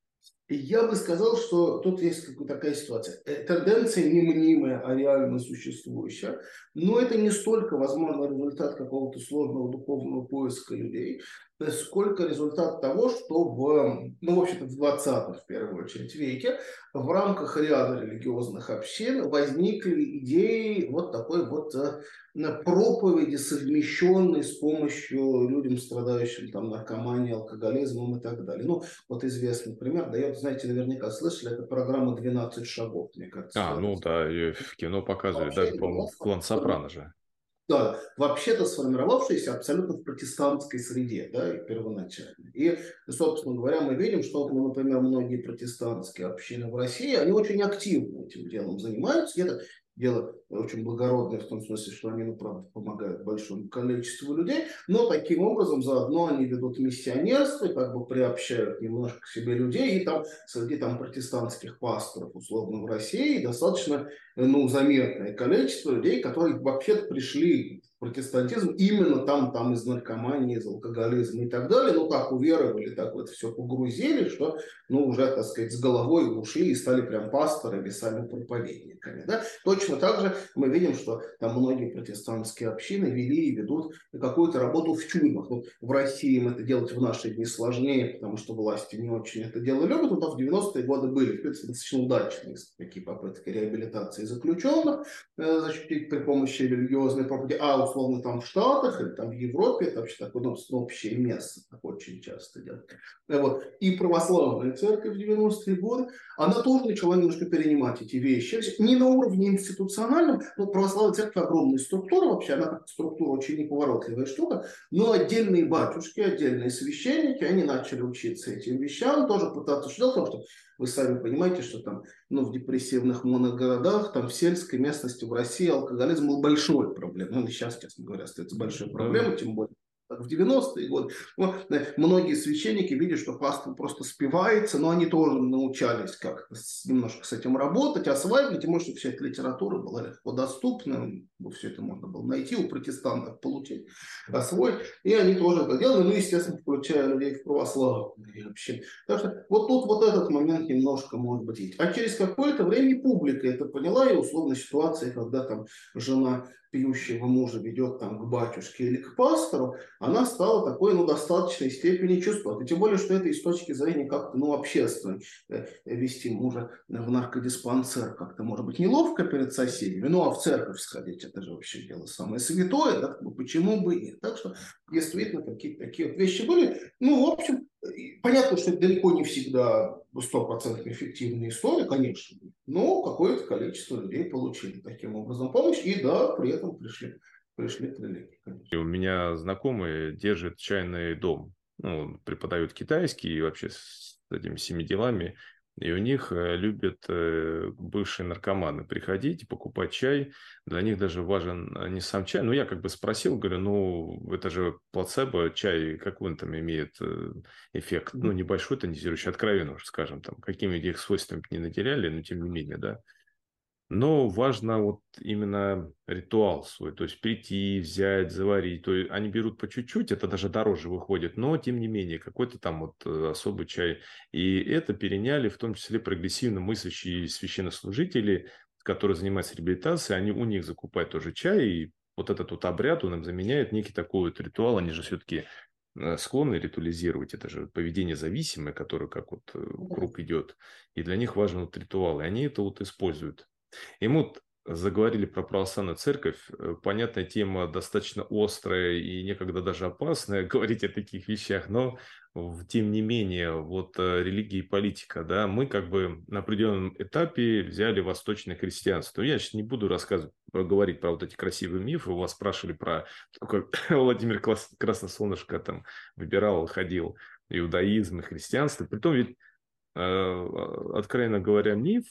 Я бы сказал, что тут есть такая ситуация. Тенденция не мнимая, а реально существующая. Но это не столько, возможно, результат какого-то сложного духовного поиска людей, сколько результат того, что ну, в общем-то, в 20 в первую очередь, веке в рамках ряда религиозных общин возникли идеи вот такой вот проповеди, совмещенной с помощью людям, страдающим там наркоманией, алкоголизмом и так далее. Ну, вот известный пример дает, знаете, наверняка слышали, это программа «12 шагов», мне кажется, Ну да, ее в кино показывали, вообще даже, по-моему, клан Сопрано же. да, вообще-то сформировавшаяся абсолютно в протестантской среде, да, и первоначально. И, собственно говоря, мы видим, что, ну, например, многие протестантские общины в России, они очень активно этим делом занимаются. И это дело очень благородное в том смысле, что они, ну, правда, помогают большому количеству людей, но таким образом заодно они ведут миссионерство, и как бы приобщают немножко к себе людей, и там среди там протестантских пасторов, условно, в России достаточно, ну, заметное количество людей, которые вообще-то пришли в протестантизм именно там из наркомании, из алкоголизма и так далее, но так уверовали, так вот все погрузили, что, ну, уже, так сказать, с головой ушли и стали прям пасторами, сами проповедниками, да. Точно так же мы видим, что там многие протестантские общины вели и ведут какую-то работу в тюрьмах. Ну, в России им это делать в наши дни сложнее, потому что власти не очень это дело любят, но там в 90-е годы были, в принципе, достаточно удачные такие попытки реабилитации заключенных, защитить при помощи религиозной проповеди, а условно там в Штатах или там в Европе это вообще такое, ну, общее место, так очень часто делают. Вот. И православная церковь в 90-е годы, она тоже начала немножко перенимать эти вещи. Не на уровне институциональном, но православная церковь огромная структура вообще, она как структура очень неповоротливая штука, но отдельные батюшки, отдельные священники, они начали учиться этим вещам, тоже пытаться, что делать, потому что вы сами понимаете, что там, ну, в депрессивных моногородах, там в сельской местности в России алкоголизм был большой проблемой. Ну, и сейчас, честно говоря, остается большой Да. проблемой, тем более в 90-е годы. Ну, многие священники видят, что пастор просто спивается, но они тоже научались как-то немножко с этим работать, осваивать, тем более, что вся эта литература была легко доступна, все это можно было найти, у протестантов получить, освоить, и они тоже это делали, ну, естественно, включая людей в православные общины. Так что вот тут вот этот момент немножко может быть есть. А через какое-то время и публика это поняла, и условно ситуация, когда там жена пьющего мужа ведет там к батюшке или к пастору, она стала такой, ну, достаточной степени чувствовать. И тем более, что это и с точки зрения как-то, ну, общественной, вести мужа в наркодиспансер как-то может быть неловко перед соседями, ну, а в церковь сходить, это же вообще дело самое святое, да, почему бы и нет. Так что, действительно, какие-то такие вот вещи были. Ну, в общем, понятно, что это далеко не всегда 100% эффективная история, конечно, но какое-то количество людей получили таким образом помощь, и да, при этом пришли к религии, И конечно. у меня знакомый держит чайный дом. Ну, он преподает китайский и вообще с этими всеми делами И у них любят бывшие наркоманы приходить и покупать чай. Для них даже важен не сам чай. Ну, я как бы спросил, говорю, ну, это же плацебо, чай, какой он там имеет эффект? Ну, небольшой, тонизирующий, откровенно уж скажем, там, какими их свойствами не наделяли, но тем не менее, да. Но важно вот именно ритуал свой, то есть прийти, взять, заварить. То есть они берут по чуть-чуть, это даже дороже выходит, но тем не менее какой-то там вот особый чай. И это переняли в том числе прогрессивно мыслящие священнослужители, которые занимаются реабилитацией, они у них закупают тоже чай, и вот этот вот обряд, он им заменяет некий такой вот ритуал, они же все-таки склонны ритуализировать, это же поведение зависимое, которое как вот круг идет, и для них важен вот ритуал, и они это вот используют. И мы вот заговорили про православную церковь. Понятная тема, достаточно острая и некогда даже опасная говорить о таких вещах, но тем не менее, вот религия и политика, да, мы как бы на определенном этапе взяли восточное христианство. Я сейчас не буду рассказывать, говорить про вот эти красивые мифы. У вас спрашивали про, как Владимир Красносолнышко там выбирал, ходил иудаизм и христианство. Притом ведь откровенно говоря, миф,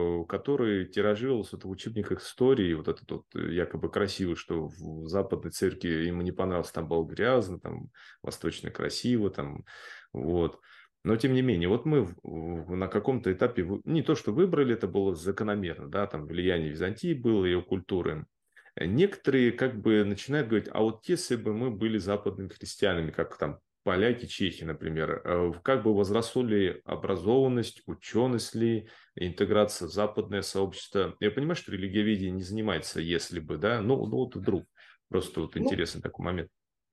который тиражировался в учебниках истории, вот этот вот якобы красивый, что в Западной церкви ему не понравилось, там было грязно, там восточно красиво, там вот. Но тем не менее, вот мы на каком-то этапе, не то что выбрали, это было закономерно, да, там влияние Византии было, ее культуры. Некоторые как бы начинают говорить, а вот если бы мы были западными христианами, как там поляки, чехи, например, как бы возросла ли образованность, ученость ли, интеграция в западное сообщество. Я понимаю, что религиоведение не занимается, если бы, да, ну вот вдруг. Просто вот Ну, интересный такой момент.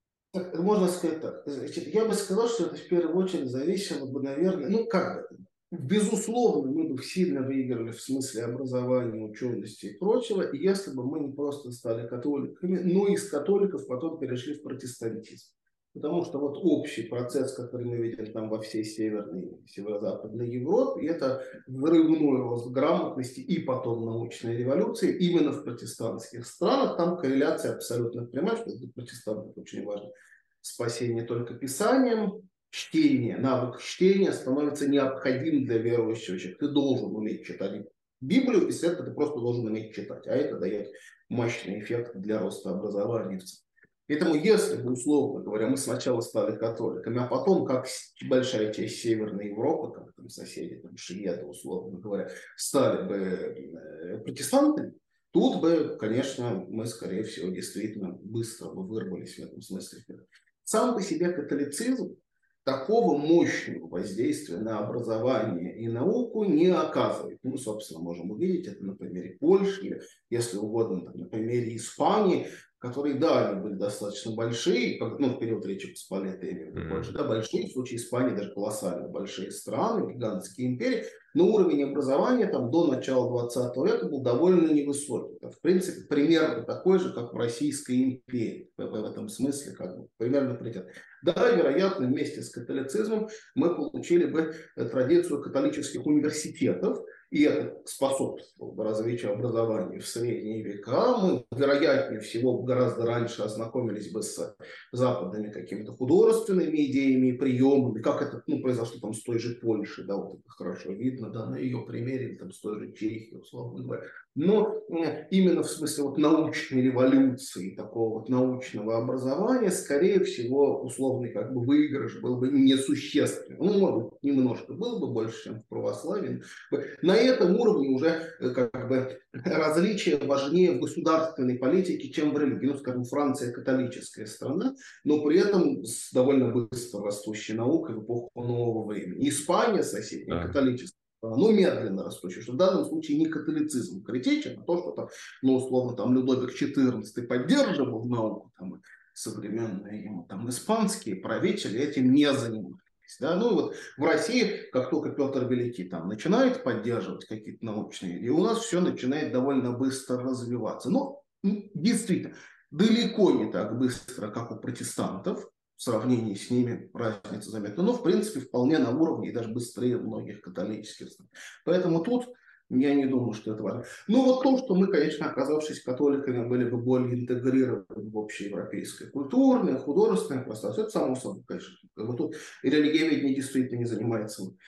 можно сказать так. Значит, я бы сказал, что это в первую очередь зависело бы, наверное, ну как бы, безусловно, мы бы сильно выиграли в смысле образования, учености и прочего, если бы мы не просто стали католиками, но из католиков потом перешли в протестантизм. Потому что вот общий процесс, который мы видим там во всей северной и северо-западной Европе, это взрывной рост грамотности и потом научной революции именно в протестантских странах. Там корреляция абсолютно прямая, что для протестантов очень важно. Спасение только писанием, чтение, навык чтения становится необходим для верующего человека. Ты должен уметь читать Библию, и с этого ты просто должен уметь читать. А это дает мощный эффект для роста образования. Поэтому, если бы, условно говоря, мы сначала стали католиками, а потом, как большая часть Северной Европы, как там соседи, там шведы, условно говоря, стали бы протестантами, тут бы, конечно, мы, скорее всего, действительно быстро бы вырвались в этом смысле вперед. Сам по себе католицизм такого мощного воздействия на образование и науку не оказывает. Мы, собственно, можем увидеть это на примере Польши, или, если угодно, на примере Испании, которые, да, они были достаточно большие, ну, в период Речи Посполитой, я имею в виду Польша, да, большие, в случае Испании даже колоссально большие страны, гигантские империи, но уровень образования там до начала 20 века был довольно невысокий. Это, в принципе, примерно такой же, как в Российской империи. В этом смысле, как бы, примерно придет. Да, вероятно, вместе с католицизмом мы получили бы традицию католических университетов, и это способствовало развитию образования в средние века. Мы, вероятнее всего, гораздо раньше ознакомились бы с западными какими-то художественными идеями и приемами, как это произошло там с той же Польшей, да, вот это хорошо видно, да, на ее примере, там, с той же Чехией, условно говоря. Но именно в смысле вот научной революции, такого вот научного образования, скорее всего, условный как бы выигрыш был бы несущественный. Ну, может быть, немножко был бы больше, чем в православии. На этом уровне уже как бы различия важнее в государственной политике, чем в религии. Ну, скажем, Франция католическая страна, но при этом с довольно быстро растущей наукой в эпоху нового времени. Испания соседняя Да. католическая, ну, медленно растущий, что в данном случае не католицизм критичен, а то, что там, ну, условно, там Людовик XIV поддерживал науку, там, современные ему там испанские правители этим не занимались. Да? Ну, вот в России, как только Петр Великий там начинает поддерживать какие-то научные идеи, у нас все начинает довольно быстро развиваться. Но действительно, далеко не так быстро, как у протестантов, в сравнении с ними разница заметна. Но, в принципе, вполне на уровне и даже быстрее многих католических стран. Поэтому тут я не думаю, что это важно. Ну, вот то, что мы, конечно, оказавшись католиками, были бы более интегрированы в общеевропейское культурное, художественное пространство, это само собой, конечно. Вот тут религиоведение действительно не занимается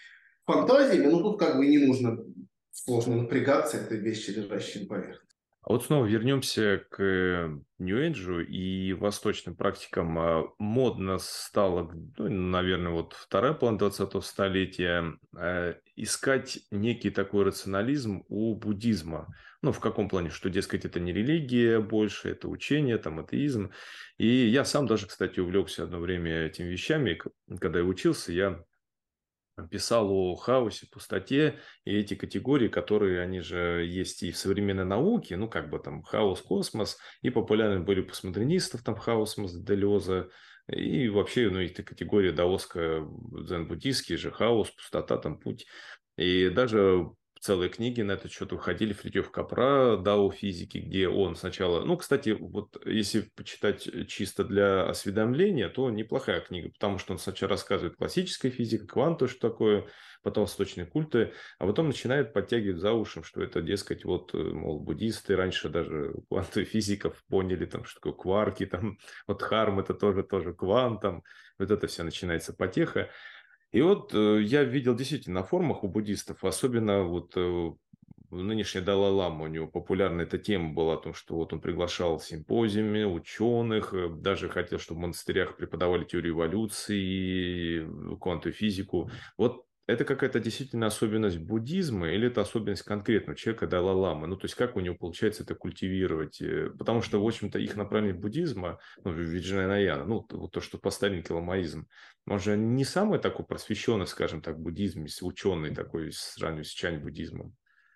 фантазиями, но тут как бы не нужно сложно напрягаться, это вещи, лежащие на поверхности. А вот снова вернемся к Нью-Эйджу и восточным практикам. Модно стало, ну, наверное, вот вторая половина 20-го столетия, искать некий такой рационализм у буддизма. Ну, в каком плане, что, дескать, это не религия больше, это учение, там, атеизм. И я сам даже, кстати, увлекся одно время этими вещами. Когда я учился, я писал о хаосе, пустоте, и эти категории, которые, они же есть и в современной науке, ну, как бы там хаос, космос, и популярны были у постмодернистов, там хаос Делеза, и вообще, ну, эта категория даосская, дзен-буддийский же, хаос, пустота, там, путь. И даже целые книги на этот счет выходили, Фритьёф Капра, Дао физики, где он сначала... Ну, кстати, вот если почитать чисто для осведомления, то неплохая книга, потому что он сначала рассказывает классическая физика, кванты, что такое, потом восточные культы, а потом начинает подтягивать за ушем, что это, дескать, вот, мол, буддисты раньше даже квантовых физиков поняли, там, что такое кварки, там, вот харм это тоже квант, там, вот это все начинается потеха. И вот я видел действительно на форумах у буддистов, особенно вот нынешний Далай-Лама, у него популярная эта тема была о том, что вот он приглашал симпозиуми ученых, даже хотел, чтобы в монастырях преподавали теорию эволюции, квантовую физику. Вот это какая-то действительно особенность буддизма или это особенность конкретного человека Далай-Ламы? Ну, то есть, как у него получается это культивировать? Потому что, в общем-то, их направление буддизма, ну, Виджнанаяна, ну, вот то, что по старинке ламаизм, он же не самый такой просвещенный, скажем так, буддизм, если ученый такой, сравнивая с чань-буддизмом.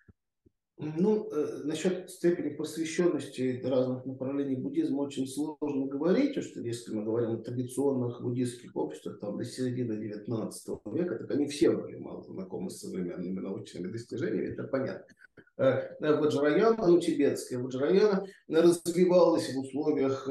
Ну, насчет степени посвященности разных направлений буддизма очень сложно говорить, потому что если мы говорим о традиционных буддистских обществах, там до середины XIX века, так они все были мало знакомы с современными научными достижениями, это понятно. Ваджраяна, ну, тибетская Ваджраяна, развивалась в условиях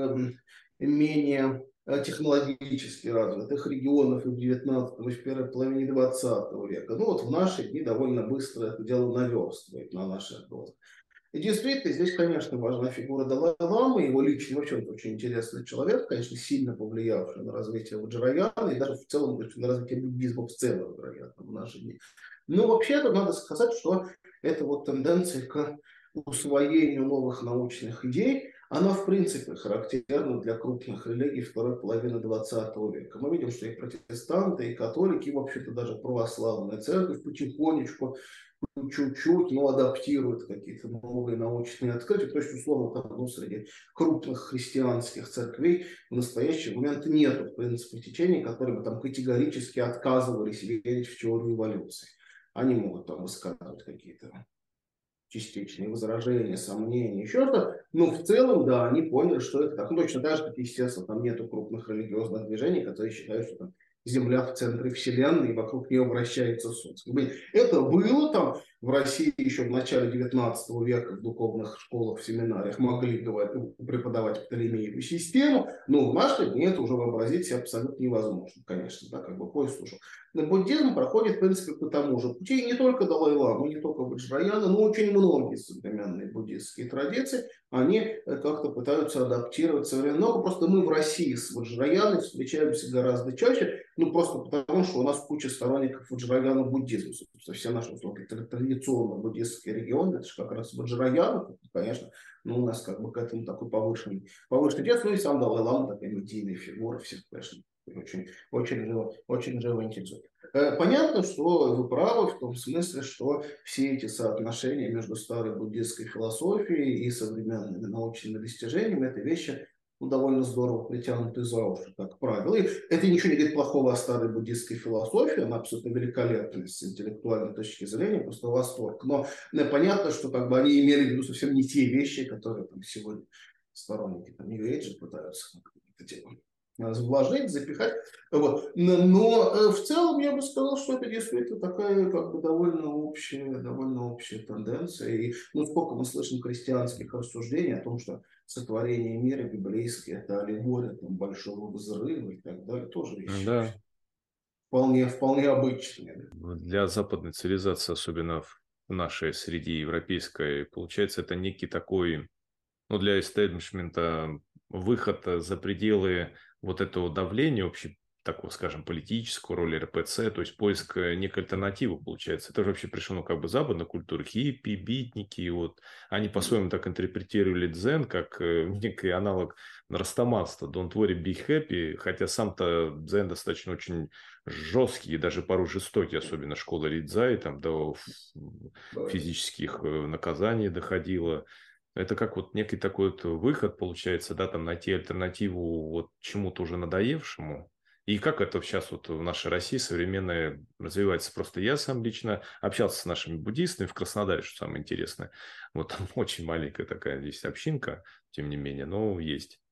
менее технологически развитых регионов и в 19 и в первой половине 20 века. Ну вот в наши дни довольно быстро это дело наверстывает на наших глазах. И действительно, здесь, конечно, важна фигура Далай-Ламы, его личный, вообще он очень интересный человек, конечно, сильно повлиявший на развитие Ваджраяна и даже в целом на развитие буддизма в целом, вероятно, в наши дни. Но вообще-то надо сказать, что эта вот тенденция к усвоению новых научных идей, она в принципе характерна для крупных религий второй половины 20 века. Мы видим, что и протестанты, и католики, и вообще-то даже православная церковь потихонечку, чуть-чуть, но адаптируют какие-то новые научные открытия. То есть, условно, там, ну, среди крупных христианских церквей в настоящий момент нет, в принципе, течений, которые бы там категорически отказывались верить в теорию эволюции. Они могут там высказывать какие-то частичные возражения, сомнения, еще что-то. Но в целом, да, они поняли, что это так. Ну, точно так же, как, естественно, там нету крупных религиозных движений, которые считают, что там Земля в центре Вселенной, и вокруг нее вращается Солнце. Это было там в России еще в начале 19 века в духовных школах, в семинариях могли говорить, преподавать Птолемееву систему, но в наши дни это уже вообразить себе абсолютно невозможно, конечно, да, как бы поезд ушел. Но буддизм проходит, в принципе, по тому же пути, и не только Далай-Лама, не только Ваджраяна, но очень многие современные буддистские традиции, они как-то пытаются адаптировать современное. Но просто мы в России с Ваджраяной встречаемся гораздо чаще, ну просто потому, что у нас куча сторонников Ваджраяна буддизма. Собственно, все наши традиционно буддистские регионы, это же как раз Ваджраяна, конечно, но у нас как бы к этому такой повышенный интерес. Ну и сам Далай-Лама такая медийная фигура, всех, конечно, очень живо интересует. Понятно, что вы правы в том смысле, что все эти соотношения между старой буддистской философией и современными научными достижениями, это вещи, ну, довольно здорово притянуты за уши, как правило. И это ничего не говорит плохого о старой буддистской философии, она абсолютно великолепная с интеллектуальной точки зрения, просто восторг. Но понятно, что как бы они имели в виду совсем не те вещи, которые там сегодня сторонники там, New Age пытаются вложить, запихать. Вот. Но в целом я бы сказал, что это действительно такая как бы довольно общая тенденция. И ну, сколько мы слышим христианских рассуждений о том, что сотворение мира библейское – это аллегория там, большого взрыва и так далее, тоже вещи Да, вполне обычные. для западной цивилизации, особенно в нашей среде европейской, получается, это некий такой, ну, для истеблишмента выход за пределы вот этого давления такого, скажем, политического роли РПЦ, то есть поиск некой альтернативы, получается. Это же вообще пришло, ну, как бы западной культуры, хиппи, битники, вот. Они по-своему так интерпретировали дзен, как некий аналог растаманства, don't worry, be happy, хотя сам-то дзен достаточно очень жесткий и даже порой жестокий, особенно школа Ридзай, там до физических наказаний доходило. Это как вот некий такой вот выход, получается, да, там найти альтернативу вот чему-то уже надоевшему. И как это сейчас вот в нашей России современная развивается? Просто я сам лично общался с нашими буддистами в Краснодаре, что самое интересное. Вот там очень маленькая такая здесь общинка, тем не менее, но есть.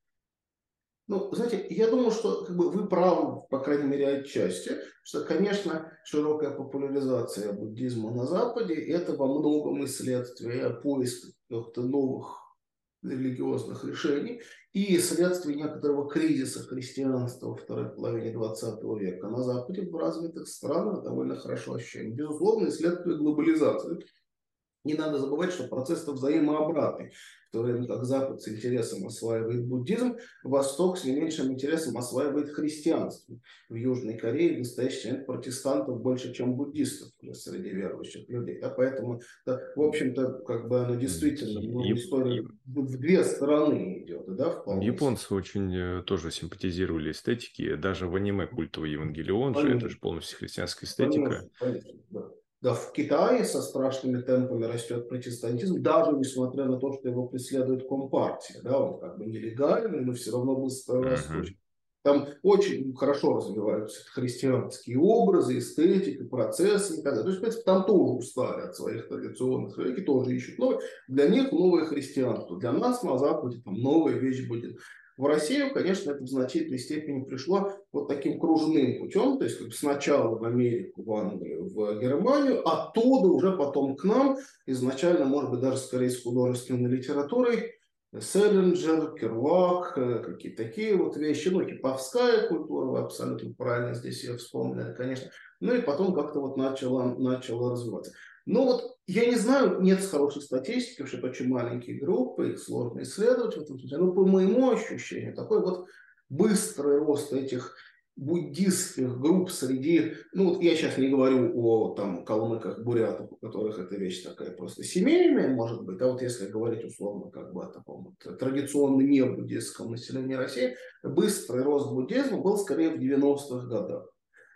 Ну, знаете, я думаю, что как бы, вы правы, по крайней мере, отчасти, что, конечно, широкая популяризация буддизма на Западе – это во многом и следствие поиска каких-то новых религиозных решений и следствие некоторого кризиса христианства во второй половине XX века на Западе, в развитых странах довольно хорошо ощущаем. Безусловно, и следствие глобализации. Не надо забывать, что процесс-то взаимообратный. В то время как Запад с интересом осваивает буддизм, Восток с не меньшим интересом осваивает христианство. В Южной Корее в настоящий момент протестантов больше, чем буддистов уже среди верующих людей. Да, поэтому, да, в общем-то, как бы оно действительно, ну, история в две стороны идет, да, вполне себе. Японцы очень тоже симпатизировали эстетике, даже в аниме культовый Евангелион же, это же Конечно. полностью христианская эстетика. Конечно, конечно, да. Да, в Китае со страшными темпами растет протестантизм, даже несмотря на то, что его преследует Компартия. Да, он как бы нелегальный, но все равно быстро Мгм. растущий. Там очень хорошо развиваются христианские образы, эстетика, процессы и так далее. То есть, в принципе, там тоже устали от своих традиционных религий, тоже ищут новые. Для них новое христианство. Для нас на Западе там новая вещь будет. В Россию, конечно, это в значительной степени пришло вот таким кружным путем, то есть как бы сначала в Америку, в Англию, в Германию, оттуда уже потом к нам, изначально, может быть, даже скорее с художественной литературой, Селлинджер, Кервак, какие-то такие вот вещи, ну, киповская культура, вы абсолютно правильно здесь ее вспомнили, конечно, ну и потом как-то вот начало развиваться. Ну вот, я не знаю, нет хорошей статистики, потому что это очень маленькие группы, их сложно исследовать в этом смысле, но по моему ощущению, такой вот быстрый рост этих буддистских групп среди, ну вот я сейчас не говорю о там калмыках, бурятах, у которых эта вещь такая просто семейная, может быть, а вот если говорить условно как бы о таком вот традиционно не буддистском населении России, быстрый рост буддизма был скорее в 90-х годах.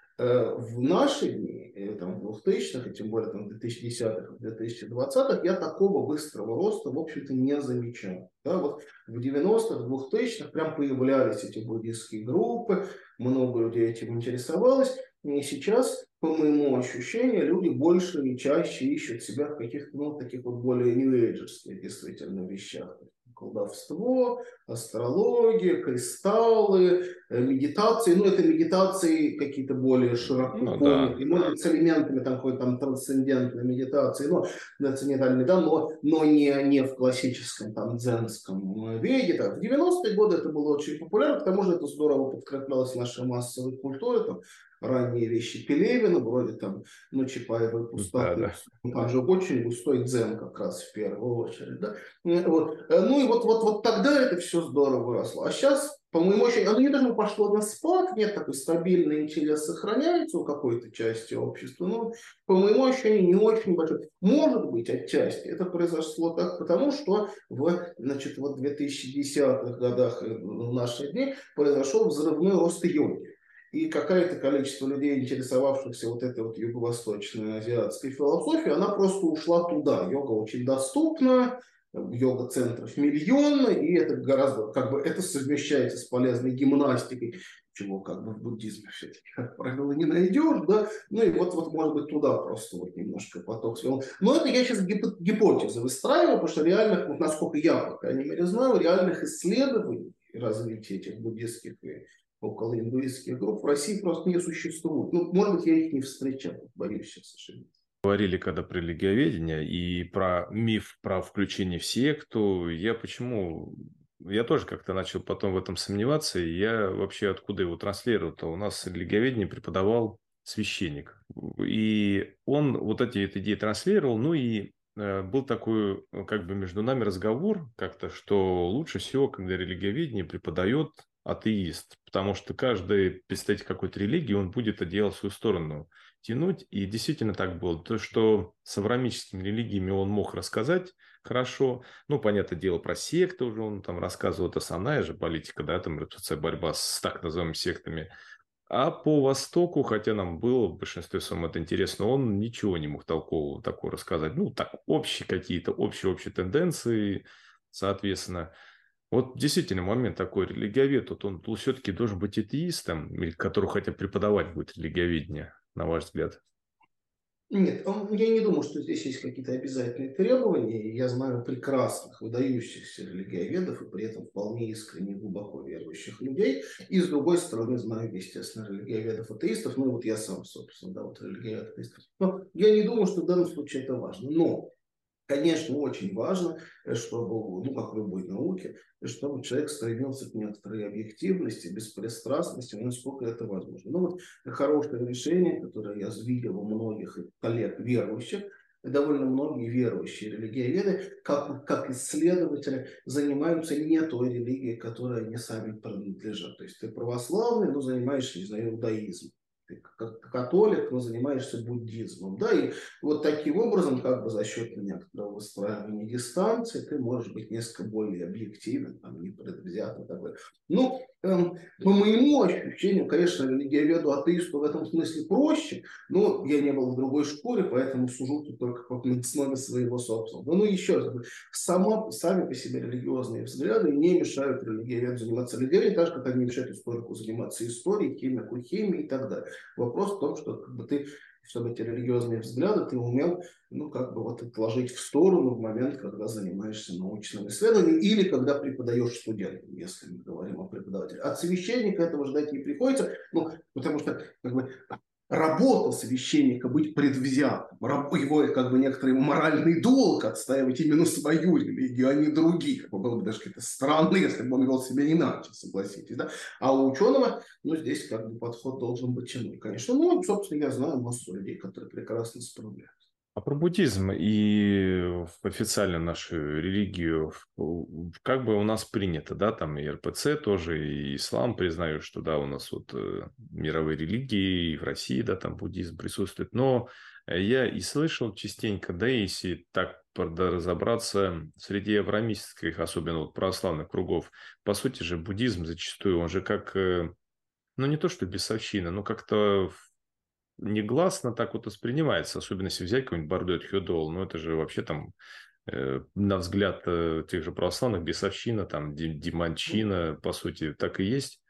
В наши дни, там, в 2000-х, и тем более там, в 2010-х, 2020-х, я такого быстрого роста, в общем-то, не замечал. Да, вот в 90-х, 2000-х прям появлялись эти буддистские группы, много людей этим интересовалось, и сейчас, по моему ощущению, люди больше и чаще ищут себя в каких-то, ну, таких вот более нью-эйджерских действительно вещах. Колдовство, астрология, кристаллы, медитации, ну, это медитации какие-то более широко Ну понятые, да. может быть, с элементами там, какой-то там трансцендентной медитации, но трансцендентальной, да, но не в классическом там дзенском виде. Так. В 90-е годы это было очень популярно, к тому же это здорово подкреплялось нашей массовой культурой, там, ранние вещи Пелевина, вроде там, ну, Чапаева и Да, Пустаты, да. там же очень густой дзен как раз в первую очередь, да. Вот. Ну и вот тогда это все здорово росло. А сейчас, по моему ощущению, оно не даже пошло на спад, нет, такой стабильный интерес сохраняется у какой-то части общества, но, по моему ощущению, не очень большой. Может быть, отчасти это произошло так, потому что значит, вот 2010-х годах в наши дни произошел взрывной рост йоги. И какое-то количество людей, интересовавшихся вот этой вот юго-восточной азиатской философией, она просто ушла туда. Йога очень доступна, йога-центров миллион, и это гораздо, как бы, это совмещается с полезной гимнастикой, чего как бы в буддизме все-таки, как правило, не найдешь, да, ну и вот может быть, туда просто вот немножко поток свел. Но это я сейчас гипотезы выстраиваю, потому что реальных, вот насколько я, по крайней мере, знаю, реальных исследований развития этих буддистских и около индуистских групп в России просто не существует. Ну, может быть, я их не встречал, боюсь сейчас ошибиться. Говорили когда про религиоведение и про миф про включение в секту, я почему... Я тоже как-то начал потом в этом сомневаться, и я вообще откуда его транслировал-то? У нас религиоведение преподавал священник, и он вот эти идеи транслировал, ну и был такой как бы между нами разговор как-то, что лучше всего, когда религиоведение преподает атеист, потому что каждый представитель какой-то религии, он будет одеяло в свою сторону тянуть, и действительно так было. То, что с авраамическими религиями он мог рассказать хорошо, ну, понятное дело, про секты уже он там рассказывал, это основная же политика, да, там, борьба с так называемыми сектами. А по Востоку, хотя нам было в большинстве своем это интересно, он ничего не мог толкового такого рассказать. Ну, так, общие какие-то, общие тенденции, соответственно. Вот действительно момент такой, религиовед, вот он все-таки должен быть атеистом, или который хотя бы преподавать будет религиоведение, на ваш взгляд? Нет, я не думаю, что здесь есть какие-то обязательные требования. И я знаю прекрасных, выдающихся религиоведов и при этом вполне искренне и глубоко верующих людей. И с другой стороны знаю, естественно, религиоведов-атеистов. Ну и вот я сам, собственно, да, вот религиовед-атеист. Но я не думаю, что в данном случае это важно. Но конечно, очень важно, чтобы, ну, как в любой науке, чтобы человек стремился к некоторой объективности, беспристрастности, насколько это возможно. Ну, вот хорошее решение, которое я видел у многих коллег верующих, довольно многие верующие религиоведы, как исследователи, занимаются не той религией, которой они сами принадлежат. То есть ты православный, но занимаешься, не знаю, иудаизмом. Ты как католик, но занимаешься буддизмом. Да, и вот таким образом, как бы за счет некоторого выстраивания дистанции, ты можешь быть несколько более объективен, там, непредвзят и так далее. Ну, по моему ощущению, конечно, религиоведу, атеисту в этом смысле проще, но я не был в другой шкуре, поэтому сужу тут только на основе своего собственного. Ну, еще раз, сами по себе религиозные взгляды не мешают религиоведу заниматься религией, так же, как они не мешают историку заниматься историей, химику химией и так далее. Вопрос в том, что как бы, ты, чтобы эти религиозные взгляды ты умел, ну, как бы вот отложить в сторону в момент, когда занимаешься научным исследованием или когда преподаешь студентам, если мы говорим о преподавателе. От священника этого ждать не приходится, ну, потому что как бы, работа священника быть предвзятым, его как бы некоторый моральный долг отстаивать именно свою религию, а не других. Было бы даже как-то странно, если бы он вел себя иначе, согласитесь. Да? А у ученого, ну, здесь как бы подход должен быть иной, конечно. Ну, собственно, я знаю массу людей, которые прекрасно справляются. А про буддизм и официально нашу религию, как бы у нас принято, да, там и РПЦ тоже, и ислам, признаю, что, да, у нас вот мировые религии, и в России, да, там буддизм присутствует, но я и слышал частенько, да, если так разобраться, среди авраамических, особенно вот православных кругов, по сути же буддизм зачастую, он же как, ну не то что бесовщина, но как-то негласно так вот воспринимается, особенно если взять какой-нибудь Бардет Хёдол, ну это же вообще там, на взгляд тех же православных, бесовщина, там, демончина, по сути, так и есть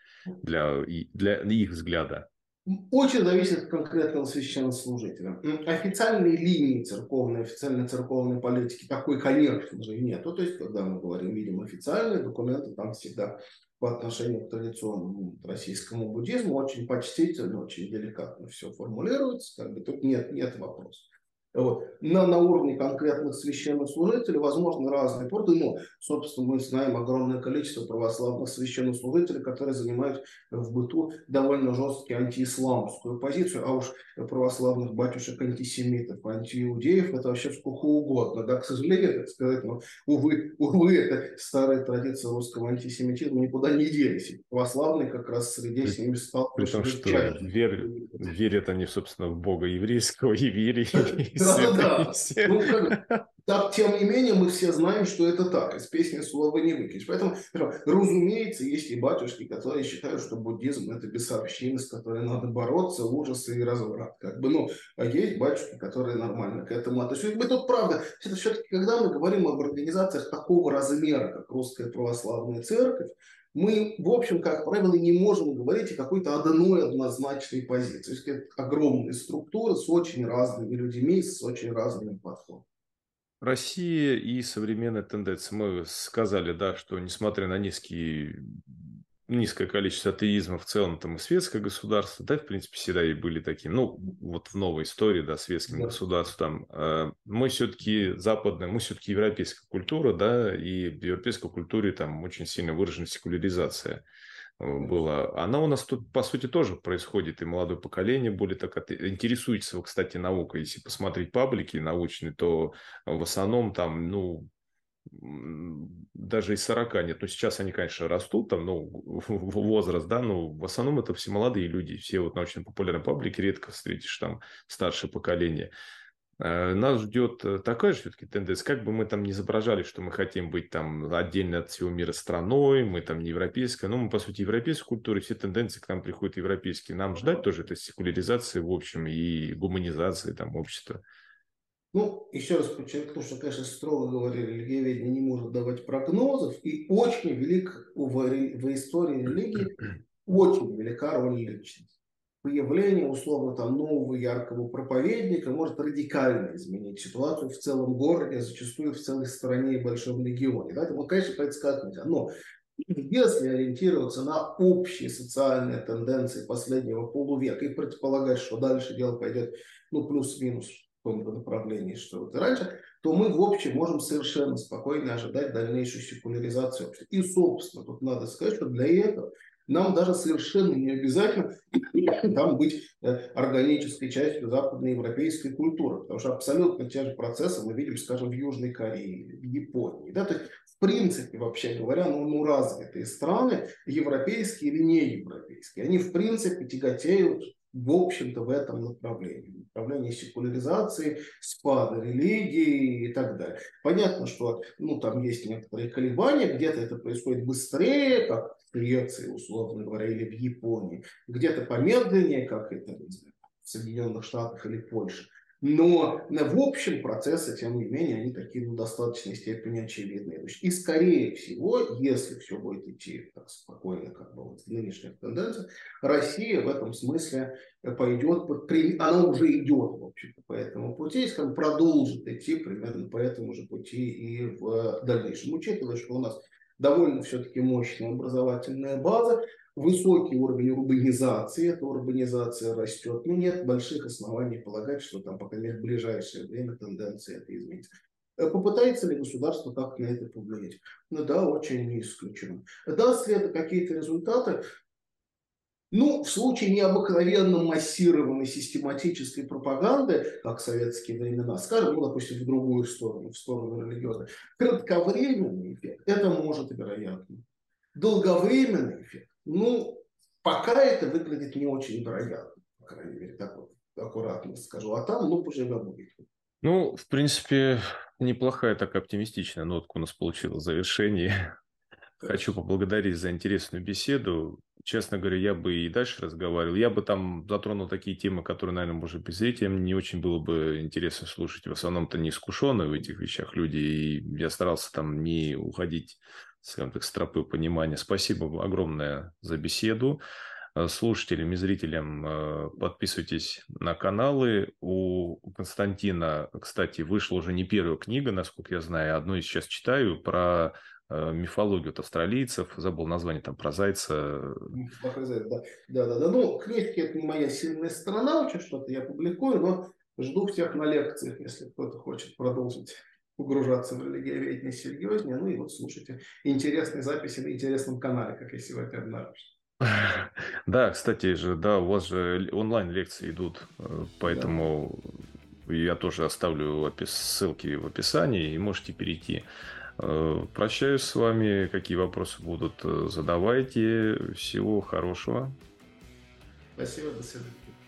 для их взгляда. Очень зависит от конкретного священнослужителя. Официальной линии церковной, официальной церковной политики такой, конечно же, нет. То есть, когда мы говорим, видим официальные документы, там всегда по отношению к традиционному российскому буддизму очень почтительно, очень деликатно все формулируется. Как бы тут нет вопросов. Вот. На уровне конкретных священнослужителей возможны разные порты, но, собственно, мы знаем огромное количество православных священнослужителей, которые занимают в быту довольно жесткие антиисламскую позицию, а уж православных батюшек-антисемитов, антииудеев, это вообще сколько угодно. Да, к сожалению, так сказать, но, увы, это старая традиция русского антисемитизма никуда не делись. И православные как раз среди с ними При сталкиваются том, даже что чаще. верят они, собственно, в Бога еврейского, и вере, и света, и Да-да-да. все. Ну, как, так, тем не менее, мы все знаем, что это так. Из песни слова не выкинешь. Поэтому, разумеется, есть и батюшки, которые считают, что буддизм – это бесовщина, с которой надо бороться, ужасы и разврат. Как бы, ну, а есть батюшки, которые нормально к этому относятся. Как бы тут правда, это все-таки, когда мы говорим об организациях такого размера, как Русская Православная Церковь, мы, в общем, как правило, не можем говорить о какой-то одной однозначной позиции. То есть это огромные структуры с очень разными людьми, с очень разными подходами. Россия и современная тенденция. Мы сказали, да, что несмотря на низкое количество атеизма в целом, там и светское государство, да, в принципе, всегда и были таким, ну, вот в новой истории, да, светским Да. государством, мы все-таки западная, мы все-таки европейская культура, да, и в европейской культуре там очень сильно выражена секуляризация была. Она у нас тут, по сути, тоже происходит, и молодое поколение более так интересуется, кстати, наукой. Если посмотреть паблики научные, то в основном там, ну, даже и 40 нет. Ну, сейчас они, конечно, растут, там, ну, возраст, да, но в основном это все молодые люди. Все вот научно-популярные паблики редко встретишь там старшее поколение. Нас ждет такая же все-таки тенденция, как бы мы там не изображали, что мы хотим быть там отдельно от всего мира страной, мы там не европейская, но мы, по сути, европейской культуры, все тенденции к нам приходят европейские. Нам ждать тоже этой секуляризации, в общем, и гуманизации там общества. Ну, еще раз подчеркну, что, конечно, строго говоря, религиоведение не может давать прогнозов, и очень велик в истории религии очень велика роль личности. Появление, условно, там, нового яркого проповедника может радикально изменить ситуацию в целом городе, а зачастую в целой стране и большом регионе. Да? Это, вот, конечно, предсказать нельзя. Но если ориентироваться на общие социальные тенденции последнего полувека и предполагать, что дальше дело пойдет, ну, плюс-минус в том же направлении, что вот и раньше, то мы, в общем, можем совершенно спокойно ожидать дальнейшую секуляризацию общества. И, собственно, тут надо сказать, что для этого нам даже совершенно не обязательно там быть органической частью западноевропейской культуры, потому что абсолютно те же процессы мы видим, скажем, в Южной Корее, в Японии. Да? То есть, в принципе, вообще говоря, ну развитые страны, европейские или неевропейские, они, в принципе, тяготеют в общем-то в этом направлении. Направлении секуляризации, спада религии и так далее. Понятно, что ну, там есть некоторые колебания, где-то это происходит быстрее, как в Греции, условно говоря, или в Японии, где-то помедленнее, как это, не знаю, в Соединенных Штатах или Польше. Но в общем процессы, тем не менее, они такие в достаточной степени очевидные. И скорее всего, если все будет идти так спокойно, как бы вот в нынешних тенденциях, Россия в этом смысле пойдет, она уже идет, в общем-то, по этому пути, скажем, продолжит идти примерно по этому же пути и в дальнейшем. Учитывая, что у нас довольно все-таки мощная образовательная база, высокий уровень урбанизации, эта урбанизация растет, но нет больших оснований полагать, что там, по крайней мере, в ближайшее время тенденция это изменится. Попытается ли государство как на это повлиять? Ну да, очень не исключено. Даст ли это какие-то результаты? Ну, в случае необыкновенно массированной систематической пропаганды, как в советские времена, скажем, ну, допустим, в другую сторону, в сторону религиозной, кратковременный эффект, это может вероятно. Долговременный эффект, ну, пока это выглядит не очень вероятно, по крайней мере, так вот аккуратно скажу. А там, ну, поживем увидим. Ну, в принципе, неплохая такая оптимистичная нотка у нас получилась в завершении. Хочу Хорошо. поблагодарить за интересную беседу. Честно говоря, я бы и дальше разговаривал. Я бы там затронул такие темы, которые, наверное, может быть, зрителям не очень было бы интересно слушать. В основном-то не искушенные в этих вещах люди. И я старался там не уходить, скажем так, с тропы понимания. Спасибо огромное за беседу. Слушателям и зрителям подписывайтесь на каналы. У Константина, кстати, вышла уже не первая книга, насколько я знаю. Одну я сейчас читаю про мифологию от австралийцев. Забыл название там про зайца. Показать, да. Да, да, да. Ну, книжки это не моя сильная сторона, очень что-то я публикую, но жду всех на лекциях, если кто-то хочет продолжить погружаться в религиоведение серьезнее. Ну и вот слушайте интересные записи на интересном канале, как я сегодня обнаружил. Да, кстати же, да, у вас же онлайн-лекции идут, Да. поэтому я тоже оставлю ссылки в описании, и можете перейти. Прощаюсь с вами. Какие вопросы будут, задавайте. Всего хорошего. Спасибо, до свидания.